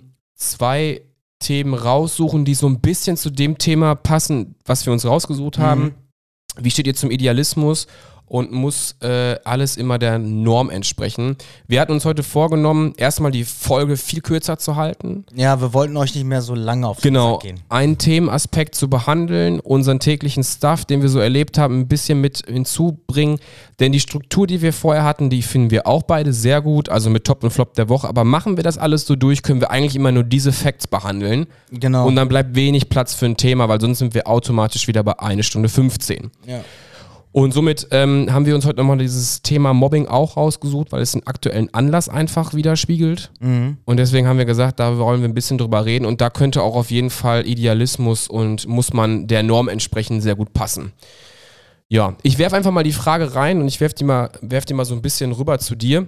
2 Themen raussuchen, die so ein bisschen zu dem Thema passen, was wir uns rausgesucht haben. Wie steht ihr zum Idealismus? Und muss alles immer der Norm entsprechen. Wir hatten uns heute vorgenommen, erstmal die Folge viel kürzer zu halten. Ja, wir wollten euch nicht mehr so lange auf den Sack gehen. Einen Themenaspekt zu behandeln, unseren täglichen Stuff, den wir so erlebt haben, ein bisschen mit hinzubringen. Denn die Struktur, die wir vorher hatten, die finden wir auch beide sehr gut, also mit Top und Flop der Woche. Aber machen wir das alles so durch, können wir eigentlich immer nur diese Facts behandeln. Genau. Und dann bleibt wenig Platz für ein Thema, weil sonst sind wir automatisch wieder bei 1 Stunde 15. Ja. Und somit haben wir uns heute nochmal dieses Thema Mobbing auch rausgesucht, weil es einen aktuellen Anlass einfach widerspiegelt. Und deswegen haben wir gesagt, da wollen wir ein bisschen drüber reden. Und da könnte auch auf jeden Fall Idealismus und muss man der Norm entsprechen sehr gut passen. Ja, ich werfe einfach mal die Frage rein und ich werf die mal so ein bisschen rüber zu dir.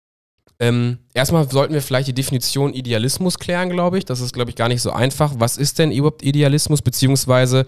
Erstmal sollten wir vielleicht die Definition Idealismus klären, glaube ich. Das ist, glaube ich, gar nicht so einfach. Was ist denn überhaupt Idealismus, beziehungsweise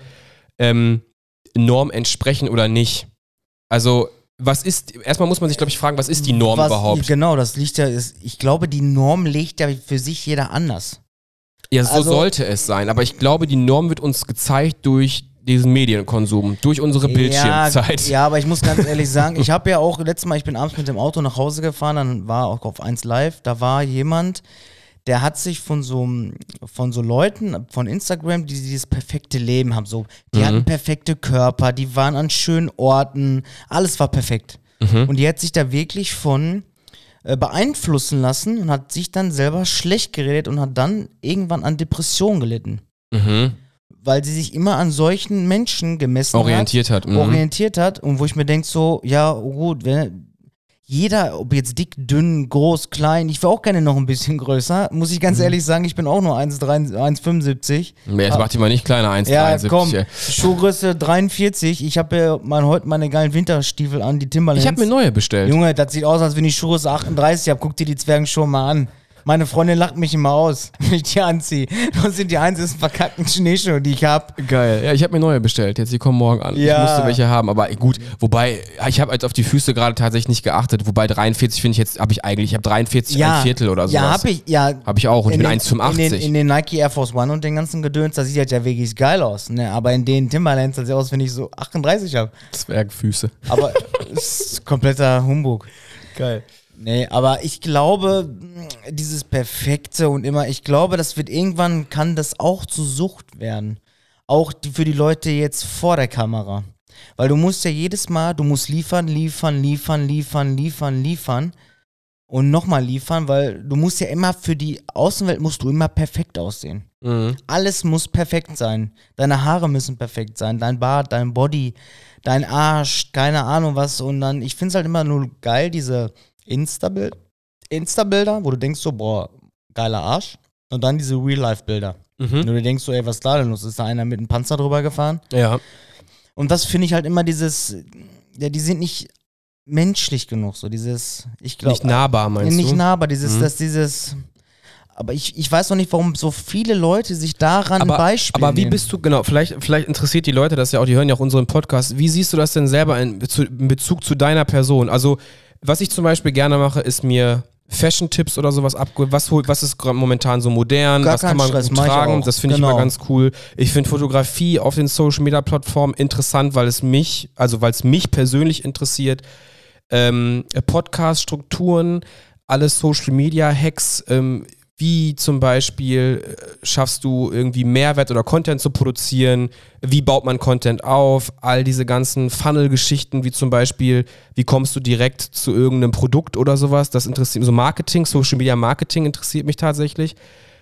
Norm entsprechen oder nicht? Also, erstmal muss man sich, glaube ich, fragen, was ist die Norm überhaupt? Genau, das liegt ja, ich glaube, die Norm legt ja für sich jeder anders. Ja, so sollte es sein, aber ich glaube, die Norm wird uns gezeigt durch diesen Medienkonsum, durch unsere Bildschirmzeit. Ja, aber ich muss ganz ehrlich sagen, ich habe ja auch, letztes Mal, ich bin abends mit dem Auto nach Hause gefahren, dann war auch auf 1 Live, da war jemand, der hat sich von so Leuten von Instagram, die dieses perfekte Leben haben, die hatten perfekte Körper, die waren an schönen Orten, alles war perfekt. Und die hat sich da wirklich von beeinflussen lassen und hat sich dann selber schlecht geredet und hat dann irgendwann an Depressionen gelitten. Weil sie sich immer an solchen Menschen orientiert hat und wo ich mir denke so, ja gut, jeder, ob jetzt dick, dünn, groß, klein, ich wäre auch gerne noch ein bisschen größer, muss ich ganz ehrlich sagen, ich bin auch nur 1,75. Jetzt macht die mal nicht kleiner, 1,73. Ja, komm, Schuhgröße 43, ich habe ja heute meine geilen Winterstiefel an, die Timberlands. Ich habe mir neue bestellt. Junge, das sieht aus, als wenn ich Schuhgröße 38 habe, guck dir die Zwergenschuhe mal an. Meine Freundin lacht mich immer aus, wenn ich die anziehe. Das sind die einzigen verkackten Schneeschuhe, die ich habe. Geil. Ja, ich habe mir neue bestellt. Jetzt, die kommen morgen an. Ja. Ich musste welche haben. Aber gut, wobei, ich habe jetzt auf die Füße gerade tatsächlich nicht geachtet. Wobei 43 finde ich jetzt, habe ich 43, ein Viertel oder sowas. Ja, habe ich. Ja, habe ich auch. Und ich bin 1,85. In den Nike Air Force One und den ganzen Gedöns, das sieht halt ja wirklich geil aus. Ne? Aber in den Timberlands sieht es aus, wenn ich so 38 habe. Zwergfüße. Aber es ist kompletter Humbug. Geil. Nee, aber ich glaube, dieses Perfekte und immer, ich glaube, das wird irgendwann, kann das auch zu Sucht werden. Auch für die Leute jetzt vor der Kamera. Weil du musst ja jedes Mal, du musst liefern und nochmal liefern, weil du musst ja immer für die Außenwelt musst du immer perfekt aussehen. Alles muss perfekt sein. Deine Haare müssen perfekt sein, dein Bart, dein Body, dein Arsch, keine Ahnung was. Und dann, ich finde es halt immer nur geil, diese Insta-Bilder, wo du denkst so, boah, geiler Arsch. Und dann diese Real-Life-Bilder. Und du denkst so, ey, was ist da denn los? Ist da einer mit einem Panzer drüber gefahren? Ja. Und das finde ich halt immer dieses, ja, die sind nicht menschlich genug, so dieses, ich glaube. Nicht nahbar, meinst du? Nicht nahbar, aber ich weiß noch nicht, warum so viele Leute sich daran ein Beispiel Aber wie nehmen. bist du, genau, vielleicht interessiert die Leute das ja auch, die hören ja auch unseren Podcast. Wie siehst du das denn selber in Bezug zu deiner Person? Also, was ich zum Beispiel gerne mache, ist mir Fashion-Tipps oder sowas abgeholt. Was ist momentan so modern? Was kann man gut tragen? Das finde ich immer ganz cool. Ich finde Fotografie auf den Social-Media-Plattformen interessant, weil es mich persönlich interessiert. Podcast-Strukturen, alle Social-Media-Hacks, wie zum Beispiel schaffst du irgendwie Mehrwert oder Content zu produzieren, wie baut man Content auf, all diese ganzen Funnel-Geschichten, wie zum Beispiel, wie kommst du direkt zu irgendeinem Produkt oder sowas, das interessiert mich, so Marketing, Social-Media-Marketing interessiert mich tatsächlich.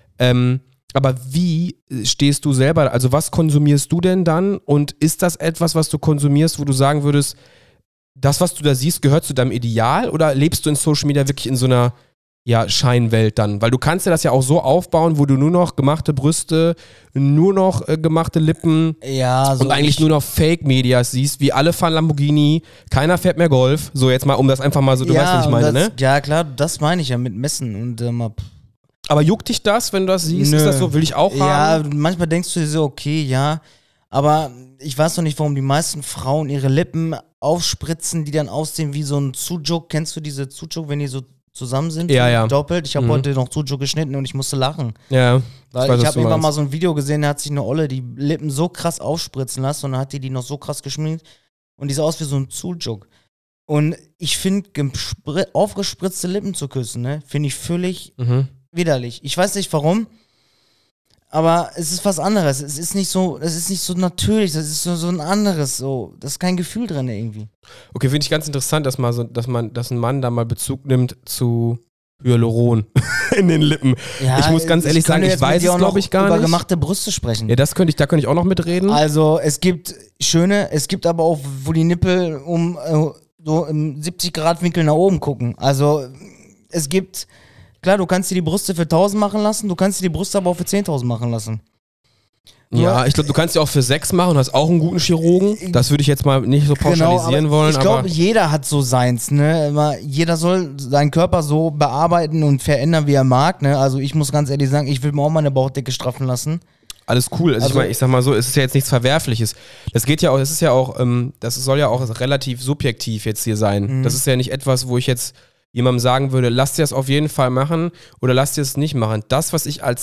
Aber wie stehst du selber, also was konsumierst du denn dann und ist das etwas, was du konsumierst, wo du sagen würdest, das, was du da siehst, gehört zu deinem Ideal oder lebst du in Social Media wirklich in so einer Scheinwelt dann? Weil du kannst ja das ja auch so aufbauen, wo du nur noch gemachte Brüste, nur noch gemachte Lippen und eigentlich nur noch Fake-Medias siehst, wie alle fahren Lamborghini, keiner fährt mehr Golf. So jetzt mal, um das einfach mal so, du weißt, was ich meine, ne? Ja klar, das meine ich ja mit Messen und aber juckt dich das, wenn du das siehst? Nö. Ist das so, will ich auch haben? Ja, manchmal denkst du dir so, okay, ja, aber ich weiß noch nicht, warum die meisten Frauen ihre Lippen aufspritzen, die dann aussehen wie so ein Sujuk. Kennst du diese Sujuk, wenn die so zusammen sind? Ja. Doppelt. Ich habe heute noch Sujuk geschnitten und ich musste lachen. Ja. Weil ich habe irgendwann mal so ein Video gesehen, da hat sich eine Olle die Lippen so krass aufspritzen lassen und dann hat die noch so krass geschminkt und die sah aus wie so ein Sujuk. Und ich finde, aufgespritzte Lippen zu küssen, ne, finde ich völlig widerlich. Ich weiß nicht warum, aber es ist was anderes. Es ist nicht so natürlich, das ist so ein anderes, so, da ist kein Gefühl drin irgendwie. Okay, finde ich ganz interessant, dass ein Mann da mal Bezug nimmt zu Hyaluron in den Lippen. Ja, ich muss ganz ehrlich sagen, ich weiß es, glaube ich, gar nicht. Über gemachte Brüste sprechen. Ja, da könnte ich auch noch mitreden. Also, es gibt aber auch, wo die Nippel so im 70-Grad-Winkel nach oben gucken. Also, es gibt, klar, du kannst dir die Brüste für 1.000 machen lassen, du kannst dir die Brüste aber auch für 10.000 machen lassen. Ja, ich glaube, du kannst ja auch für 6 machen und hast auch einen guten Chirurgen. Das würde ich jetzt mal nicht so pauschalisieren wollen. Ich glaube, jeder hat so seins, ne? Jeder soll seinen Körper so bearbeiten und verändern, wie er mag, ne? Also ich muss ganz ehrlich sagen, ich will mir auch meine Bauchdecke straffen lassen. Alles cool. Also ich sag mal so, es ist ja jetzt nichts Verwerfliches. Das soll ja auch relativ subjektiv jetzt hier sein. Das ist ja nicht etwas, wo ich jetzt jemandem sagen würde, lass dir das auf jeden Fall machen oder lass dir es nicht machen. Das, was ich am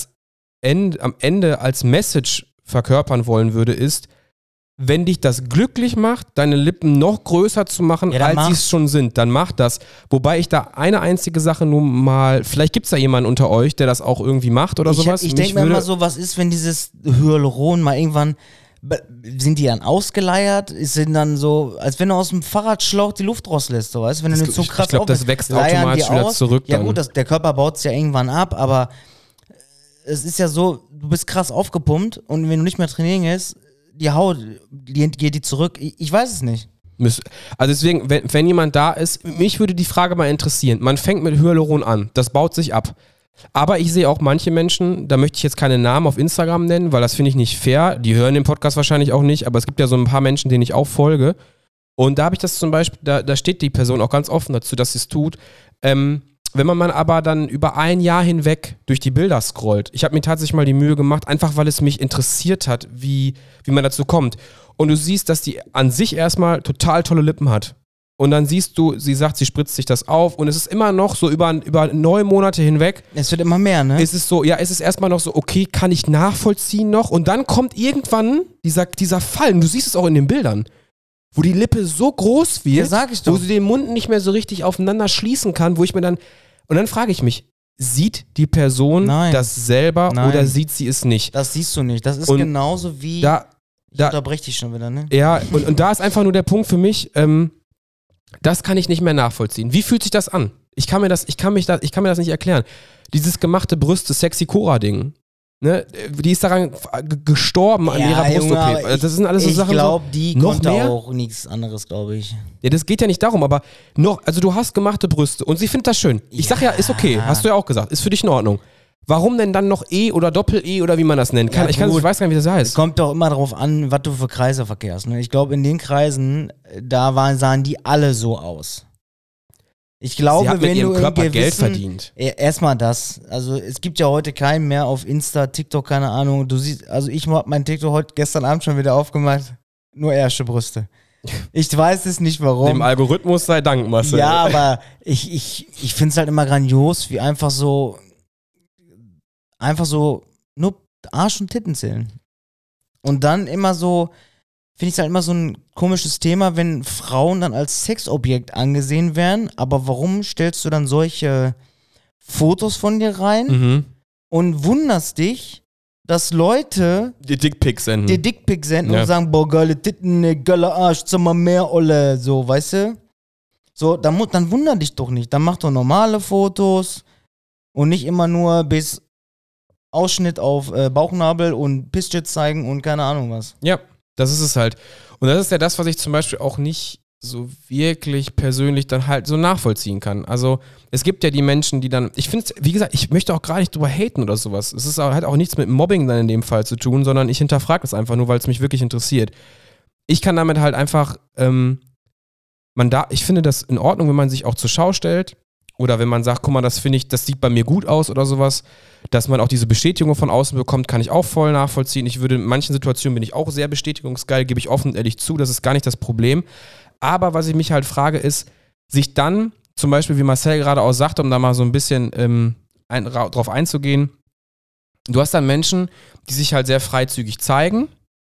Ende als Message verkörpern wollen würde, ist, wenn dich das glücklich macht, deine Lippen noch größer zu machen, als sie es schon sind, dann mach das. Wobei ich da eine einzige Sache nur mal, vielleicht gibt es da jemanden unter euch, der das auch irgendwie macht oder sowas. Ich denke mir immer so, was ist, wenn dieses Hyaluron mal irgendwann, sind die dann ausgeleiert? Sind dann so, als wenn du aus dem Fahrradschlauch die Luft rauslässt, so, weißt du? Wenn du nicht so krass ich glaube, das wächst automatisch wieder zurück. Ja gut, der Körper baut es ja irgendwann ab, aber es ist ja so, du bist krass aufgepumpt und wenn du nicht mehr trainieren gehst, die Haut, geht die zurück? Ich weiß es nicht. Also deswegen, wenn jemand da ist, mich würde die Frage mal interessieren. Man fängt mit Hyaluron an, das baut sich ab. Aber ich sehe auch manche Menschen, da möchte ich jetzt keine Namen auf Instagram nennen, weil das finde ich nicht fair. Die hören den Podcast wahrscheinlich auch nicht, aber es gibt ja so ein paar Menschen, denen ich auch folge. Und da habe ich das zum Beispiel, da steht die Person auch ganz offen dazu, dass sie es tut. Wenn man aber dann über ein Jahr hinweg durch die Bilder scrollt, ich habe mir tatsächlich mal die Mühe gemacht, einfach weil es mich interessiert hat, wie man dazu kommt. Und du siehst, dass die an sich erstmal total tolle Lippen hat. Und dann siehst du, sie sagt, sie spritzt sich das auf und es ist immer noch so über 9 Monate hinweg. Es wird immer mehr, ne? Es ist erstmal noch so, okay, kann ich nachvollziehen noch? Und dann kommt irgendwann dieser Fall, und du siehst es auch in den Bildern, wo die Lippe so groß wird, ja, sag ich doch, wo sie den Mund nicht mehr so richtig aufeinander schließen kann, und dann frage ich mich, sieht die Person das selber oder sieht sie es nicht? Das siehst du nicht. Das ist genauso wie Ich unterbreche dich schon wieder, ne? Ja, und da ist einfach nur der Punkt für mich, das kann ich nicht mehr nachvollziehen. Wie fühlt sich das an? Ich kann mir das nicht erklären. Dieses gemachte Brüste, sexy Cora-Ding. Ne? Die ist daran gestorben an ihrer Brust-OP. Das sind alles so Sachen. Ich glaube, die konnte mehr? auch nichts anderes, glaube ich. Ja, das geht ja nicht darum, aber also du hast gemachte Brüste und sie findet das schön. Ich sag ja, ist okay, hast du ja auch gesagt, ist für dich in Ordnung. Warum denn dann noch E oder Doppel-E oder wie man das nennt? Ich weiß gar nicht, wie das heißt. Kommt doch immer darauf an, was du für Kreise verkehrst. Ne? Ich glaube, in den Kreisen, sahen die alle so aus. Ich glaube, sie hat mit ihrem Körper Geld verdient. Erstmal das. Also es gibt ja heute keinen mehr auf Insta, TikTok, keine Ahnung. Du siehst, also ich habe mein TikTok gestern Abend schon wieder aufgemacht. Nur ersche Brüste. Ich weiß es nicht warum. Dem Algorithmus sei Dank, Marcel. Ja, aber ich finde es halt immer grandios, wie einfach so nur Arsch und Titten zählen. Und dann immer so, finde ich es halt immer so ein komisches Thema, wenn Frauen dann als Sexobjekt angesehen werden. Aber warum stellst du dann solche Fotos von dir rein und wunderst dich, dass Leute die Dickpics senden, und sagen, boah, geile Titten, geiler Arsch, sag mal mehr, Olle, so, weißt du? So, dann wunder dich doch nicht. Dann mach doch normale Fotos und nicht immer nur bis Ausschnitt auf Bauchnabel und Pissjets zeigen und keine Ahnung was. Ja, das ist es halt. Und das ist ja das, was ich zum Beispiel auch nicht so wirklich persönlich dann halt so nachvollziehen kann. Also es gibt ja die Menschen, die dann, ich finde, wie gesagt, ich möchte auch gar nicht drüber haten oder sowas. Es ist halt auch nichts mit Mobbing dann in dem Fall zu tun, sondern ich hinterfrage das einfach nur, weil es mich wirklich interessiert. Ich kann damit halt einfach, ich finde das in Ordnung, wenn man sich auch zur Schau stellt oder wenn man sagt, guck mal, das sieht bei mir gut aus oder sowas, dass man auch diese Bestätigung von außen bekommt, kann ich auch voll nachvollziehen. In manchen Situationen bin ich auch sehr bestätigungsgeil, gebe ich offen und ehrlich zu, das ist gar nicht das Problem. Aber was ich mich halt frage ist, sich dann, zum Beispiel wie Marcel gerade auch sagte, um da mal so ein bisschen drauf einzugehen, du hast dann Menschen, die sich halt sehr freizügig zeigen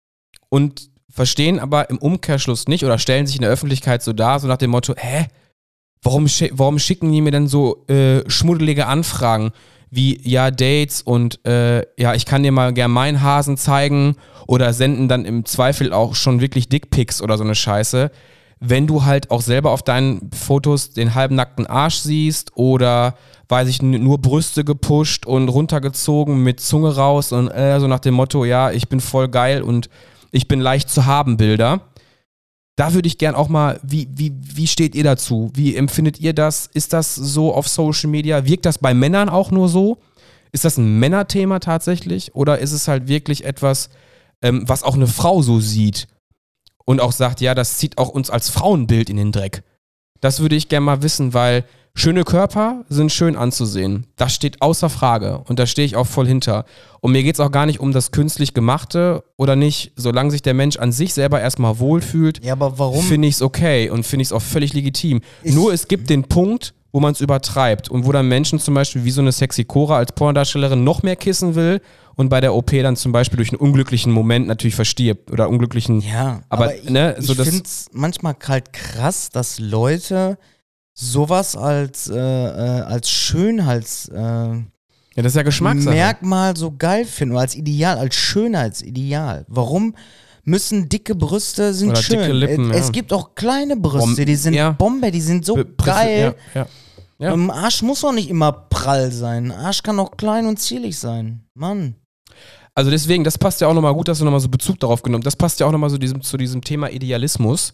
und verstehen aber im Umkehrschluss nicht oder stellen sich in der Öffentlichkeit so dar, so nach dem Motto, warum schicken die mir denn so schmuddelige Anfragen wie, ja, Dates und ich kann dir mal gern meinen Hasen zeigen oder senden dann im Zweifel auch schon wirklich Dickpics oder so eine Scheiße, wenn du halt auch selber auf deinen Fotos den halbnackten Arsch siehst oder, weiß ich, nur Brüste gepusht und runtergezogen mit Zunge raus und so nach dem Motto, ja, ich bin voll geil und ich bin leicht zu haben Bilder. Da würde ich gern auch mal, wie steht ihr dazu? Wie empfindet ihr das? Ist das so auf Social Media? Wirkt das bei Männern auch nur so? Ist das ein Männerthema tatsächlich? Oder ist es halt wirklich etwas, was auch eine Frau so sieht und auch sagt, ja, das zieht auch uns als Frauenbild in den Dreck? Das würde ich gern mal wissen, weil schöne Körper sind schön anzusehen. Das steht außer Frage und da stehe ich auch voll hinter. Und mir geht es auch gar nicht um das künstlich Gemachte oder nicht. Solange sich der Mensch an sich selber erstmal wohlfühlt, ja, aber warum? Finde ich es okay und finde ich es auch völlig legitim. Nur es gibt den Punkt, wo man es übertreibt und wo dann Menschen zum Beispiel wie so eine sexy Cora als Pornodarstellerin noch mehr kissen will und bei der OP dann zum Beispiel durch einen unglücklichen Moment natürlich verstirbt oder unglücklichen... Ja, aber ich finde es manchmal halt krass, dass Leute sowas als Schönheits... ja, das ist ja Geschmackssache. Merkmal so geil finden, als Ideal, als Schönheitsideal. Warum müssen dicke Brüste sind oder schön? Dicke Lippen, es gibt auch kleine Brüste, die sind Bombe, die sind so geil. Ja. Arsch muss auch nicht immer prall sein. Arsch kann auch klein und zierlich sein. Mann. Also deswegen, das passt ja auch nochmal gut, dass du nochmal so Bezug darauf genommen hast. Das passt ja auch nochmal so zu diesem Thema Idealismus.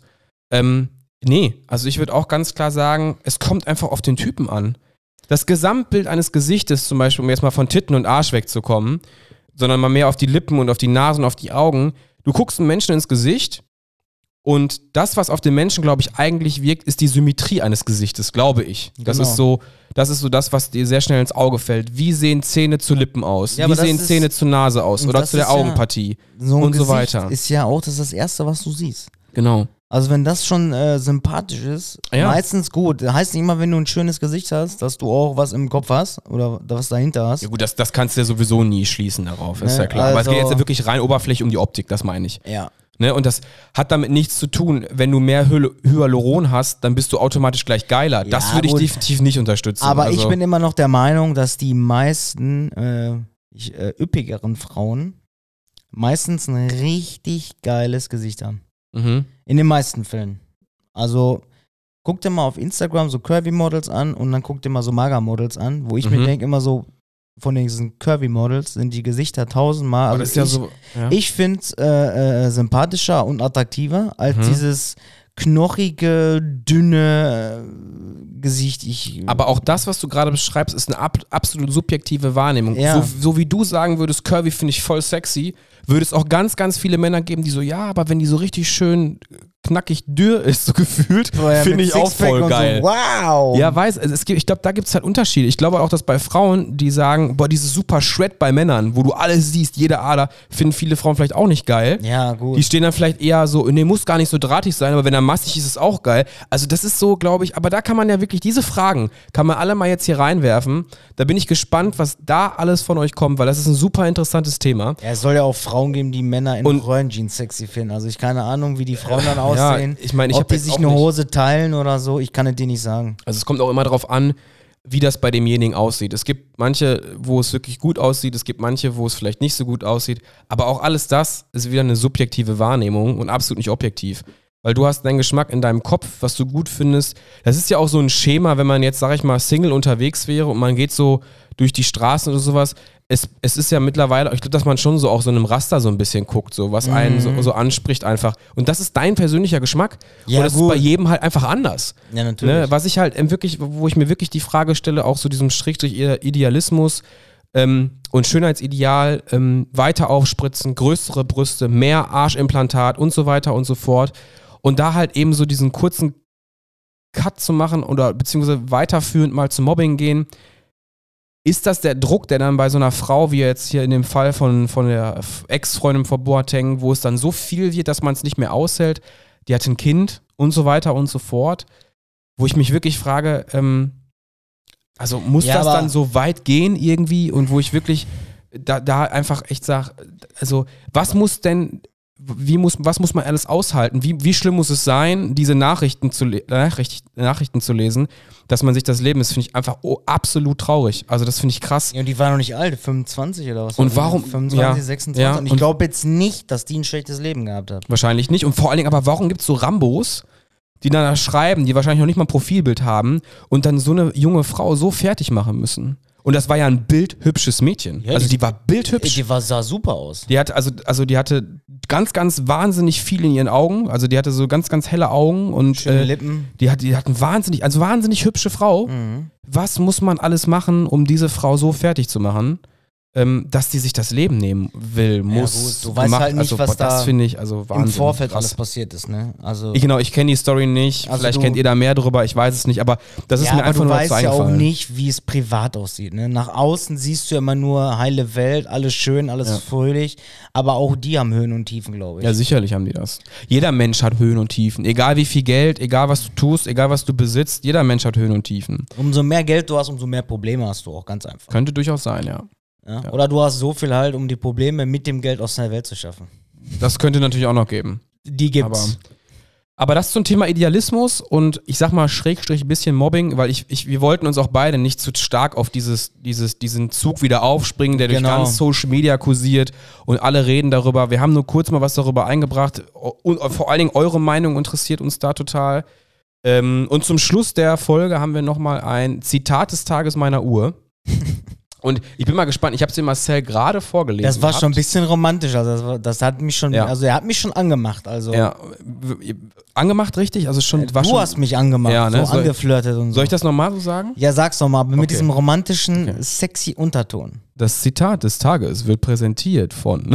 Nee, also ich würde auch ganz klar sagen, es kommt einfach auf den Typen an. Das Gesamtbild eines Gesichtes zum Beispiel, um jetzt mal von Titten und Arsch wegzukommen, sondern mal mehr auf die Lippen und auf die Nase und auf die Augen. Du guckst einem Menschen ins Gesicht und das, was auf den Menschen, glaube ich, eigentlich wirkt, ist die Symmetrie eines Gesichtes, glaube ich. Das ist so das, was dir sehr schnell ins Auge fällt. Wie sehen Zähne zu Lippen aus? Ja, wie sehen Zähne zur Nase aus? Oder zu der Augenpartie? So ein und Gesicht so weiter. Ist ja auch das Erste, was du siehst. Genau. Also wenn das schon sympathisch ist, meistens gut. Heißt nicht immer, wenn du ein schönes Gesicht hast, dass du auch was im Kopf hast oder was dahinter hast. Ja gut, das kannst du ja sowieso nie schließen darauf, ist ja klar. Aber es geht jetzt ja wirklich rein oberflächlich um die Optik, das meine ich. Ja. Ne? Und das hat damit nichts zu tun. Wenn du mehr Hyaluron hast, dann bist du automatisch gleich geiler. Ja, das würde ich definitiv nicht unterstützen. Aber ich bin immer noch der Meinung, dass die meisten üppigeren Frauen meistens ein richtig geiles Gesicht haben. Mhm. In den meisten Fällen. Also, guck dir mal auf Instagram so Curvy-Models an und dann guck dir mal so Mager-Models an, wo ich mir denke immer so, von diesen Curvy-Models sind die Gesichter tausendmal. Aber das ist ja so, ich finde es sympathischer und attraktiver als dieses knochige, dünne Gesicht. Aber auch das, was du gerade beschreibst, ist eine absolut subjektive Wahrnehmung. Ja. So wie du sagen würdest, Curvy finde ich voll sexy, würde es auch ganz, ganz viele Männer geben, die so, ja, aber wenn die so richtig schön knackig dürr ist, so gefühlt, finde ich auch voll geil. So, wow! Ja, ich glaube, da gibt es halt Unterschiede. Ich glaube auch, dass bei Frauen, die sagen, boah, dieses super Shred bei Männern, wo du alles siehst, jede Ader, finden viele Frauen vielleicht auch nicht geil. Ja, gut. Die stehen dann vielleicht eher so, nee, muss gar nicht so drahtig sein, aber wenn er massig ist, ist es auch geil. Also das ist so, glaube ich, aber da kann man ja wirklich, diese Fragen, kann man alle mal jetzt hier reinwerfen. Da bin ich gespannt, was da alles von euch kommt, weil das ist ein super interessantes Thema. Ja, es soll ja auch Frauen geben, die Männer in Röhrenjeans sexy finden. Also ich keine Ahnung, wie die Frauen dann aussehen. Ja, ich meine, ob die sich eine Hose teilen oder so, ich kann es dir nicht sagen. Also es kommt auch immer darauf an, wie das bei demjenigen aussieht. Es gibt manche, wo es wirklich gut aussieht, es gibt manche, wo es vielleicht nicht so gut aussieht, aber auch alles das ist wieder eine subjektive Wahrnehmung und absolut nicht objektiv. Weil du hast deinen Geschmack in deinem Kopf, was du gut findest. Das ist ja auch so ein Schema, wenn man jetzt, sag ich mal, Single unterwegs wäre und man geht so durch die Straßen oder sowas. Es ist ja mittlerweile, ich glaube, dass man schon so auch so einem Raster so ein bisschen guckt, so was einen so anspricht einfach. Und das ist dein persönlicher Geschmack. Ja, und das ist bei jedem halt einfach anders. Ja, natürlich. Ne? Was ich halt wirklich, wo ich mir wirklich die Frage stelle, auch so diesem Schrägstrich Idealismus und Schönheitsideal, weiter aufspritzen, größere Brüste, mehr Arschimplantat und so weiter und so fort. Und da halt eben so diesen kurzen Cut zu machen oder beziehungsweise weiterführend mal zum Mobbing gehen. Ist das der Druck, der dann bei so einer Frau, wie jetzt hier in dem Fall von der Ex-Freundin von Boateng, wo es dann so viel wird, dass man es nicht mehr aushält, die hat ein Kind und so weiter und so fort, wo ich mich wirklich frage, also muss das dann so weit gehen irgendwie und wo ich wirklich da einfach echt sage, also was muss denn, was muss man alles aushalten? Wie schlimm muss es sein, diese Nachrichten zu lesen, dass man sich das Leben ist, finde ich einfach absolut traurig. Also das finde ich krass. Ja, und die war noch nicht alt, 25 oder was? Und warum? 25, 26. Ja, und ich glaube jetzt nicht, dass die ein schlechtes Leben gehabt hat. Wahrscheinlich nicht. Und vor allen Dingen, aber warum gibt es so Rambos, die dann da schreiben, die wahrscheinlich noch nicht mal ein Profilbild haben und dann so eine junge Frau so fertig machen müssen? Und das war ja ein bildhübsches Mädchen. Ja, also die war bildhübsch. Die sah super aus. Die hatte, die hatte ganz, ganz wahnsinnig viel in ihren Augen. Also die hatte so ganz, ganz helle Augen und schöne Lippen. Die hat eine wahnsinnig hübsche Frau. Mhm. Was muss man alles machen, um diese Frau so fertig zu machen, dass die sich das Leben nehmen will, muss. Ja, gut. Du weißt halt nicht, was das finde ich also Wahnsinn. Im Vorfeld krass. alles passiert ist, ne? Also ich kenne die Story nicht. Also vielleicht kennt ihr da mehr drüber, ich weiß es nicht. Aber das ist mir einfach nur dazu eingefallen. Du weißt ja auch nicht, wie es privat aussieht, ne? Nach außen siehst du ja immer nur heile Welt, alles schön, alles fröhlich. Aber auch die haben Höhen und Tiefen, glaube ich. Ja, sicherlich haben die das. Jeder Mensch hat Höhen und Tiefen. Egal wie viel Geld, egal was du tust, egal was du besitzt, jeder Mensch hat Höhen und Tiefen. Umso mehr Geld du hast, umso mehr Probleme hast du auch, ganz einfach. Könnte durchaus sein, ja. Ja? Oder du hast so viel halt, um die Probleme mit dem Geld aus der Welt zu schaffen. Das könnte natürlich auch noch geben. Die gibt's. Aber das zum Thema Idealismus und ich sag mal Schrägstrich ein bisschen Mobbing, weil wir wollten uns auch beide nicht zu stark auf diesen Zug wieder aufspringen, der durch ganz Social Media kursiert und alle reden darüber. Wir haben nur kurz mal was darüber eingebracht und vor allen Dingen eure Meinung interessiert uns da total. Und zum Schluss der Folge haben wir nochmal ein Zitat des Tages meiner Uhr. Und ich bin mal gespannt, ich habe es dem Marcel gerade vorgelesen. Das war schon ein bisschen romantisch, also das hat mich schon, also er hat mich schon angemacht, also. Ja, angemacht richtig? Also schon, du hast mich angemacht, ja, ne? so angeflirtet und so. Soll ich das nochmal so sagen? Ja, sag's nochmal, aber mit diesem romantischen, sexy Unterton. Das Zitat des Tages wird präsentiert von,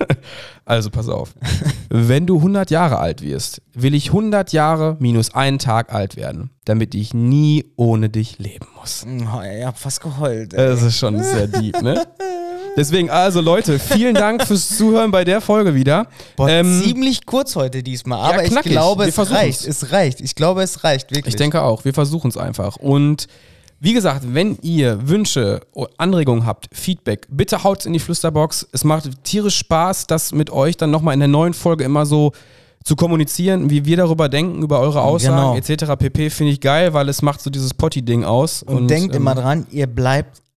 also pass auf, wenn du 100 Jahre alt wirst, will ich 100 Jahre minus einen Tag alt werden, damit ich nie ohne dich leben muss. Ich hab fast geheult. Ey. Das ist schon sehr deep, ne? Deswegen, also Leute, vielen Dank fürs Zuhören bei der Folge wieder. Boah, ziemlich kurz heute diesmal, aber ich glaube, es reicht. Es reicht. Ich glaube, es reicht, wirklich. Ich denke auch, wir versuchen es einfach. Und wie gesagt, wenn ihr Wünsche, Anregungen habt, Feedback, bitte haut's in die Flüsterbox. Es macht tierisch Spaß, das mit euch dann nochmal in der neuen Folge immer so zu kommunizieren, wie wir darüber denken, über eure Aussagen etc. pp. Finde ich geil, weil es macht so dieses Potti-Ding aus. Und denkt immer dran, ihr bleibt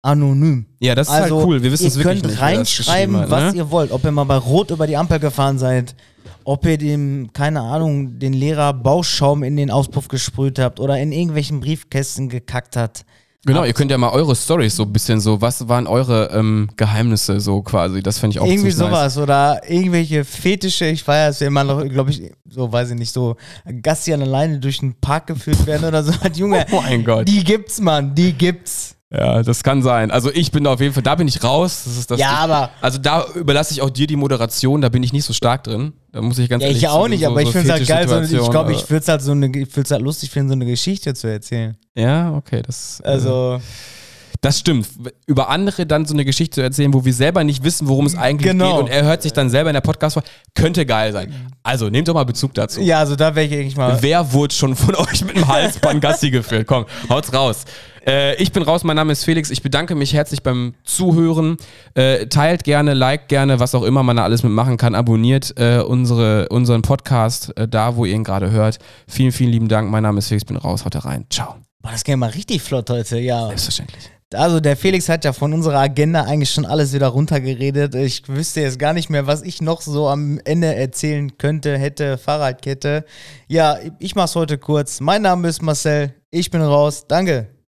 anonym. Ja, das ist halt cool. Wir wissen es wirklich nicht. Ihr könnt reinschreiben, was ihr wollt. Ob ihr mal bei Rot über die Ampel gefahren seid, ob ihr keine Ahnung, den Lehrer Bauschaum in den Auspuff gesprüht habt oder in irgendwelchen Briefkästen gekackt habt. Genau, ihr könnt ja mal eure Storys so ein bisschen so, was waren eure Geheimnisse so quasi, das fände ich auch irgendwie ziemlich sowas nice. Oder irgendwelche Fetische, ich war ja immer noch, glaube ich, so, weiß ich nicht, so Gassi an alleine durch den Park geführt werden oder so. Junge, oh mein Gott. Die gibt's, Mann, die gibt's. Ja, das kann sein. Also ich bin auf jeden Fall, da bin ich raus. Das ist das. Ja, aber... Also da überlasse ich auch dir die Moderation, da bin ich nicht so stark drin. Da muss ich ganz ehrlich sagen. Ja, ich auch nicht, aber ich finde es halt geil. Ich glaube, ich würde es halt lustig finden, so eine Geschichte zu erzählen. Ja, okay, das... Also... Das stimmt. Über andere dann so eine Geschichte zu erzählen, wo wir selber nicht wissen, worum es eigentlich geht und er hört sich dann selber in der Podcast vor, könnte geil sein. Also, nehmt doch mal Bezug dazu. Ja, also da wäre ich eigentlich mal... Wer wurde schon von euch mit dem Halsband Gassi geführt? Komm, haut's raus. Ich bin raus, mein Name ist Felix. Ich bedanke mich herzlich beim Zuhören. Teilt gerne, liked gerne, was auch immer man da alles mitmachen kann. Abonniert unseren Podcast da, wo ihr ihn gerade hört. Vielen, vielen lieben Dank. Mein Name ist Felix, bin raus. Haut rein. Ciao. Boah, das ging mal richtig flott heute, ja. Selbstverständlich. Also der Felix hat ja von unserer Agenda eigentlich schon alles wieder runtergeredet. Ich wüsste jetzt gar nicht mehr, was ich noch so am Ende erzählen könnte, hätte, Fahrradkette. Ja, ich mach's heute kurz. Mein Name ist Marcel, ich bin raus. Danke.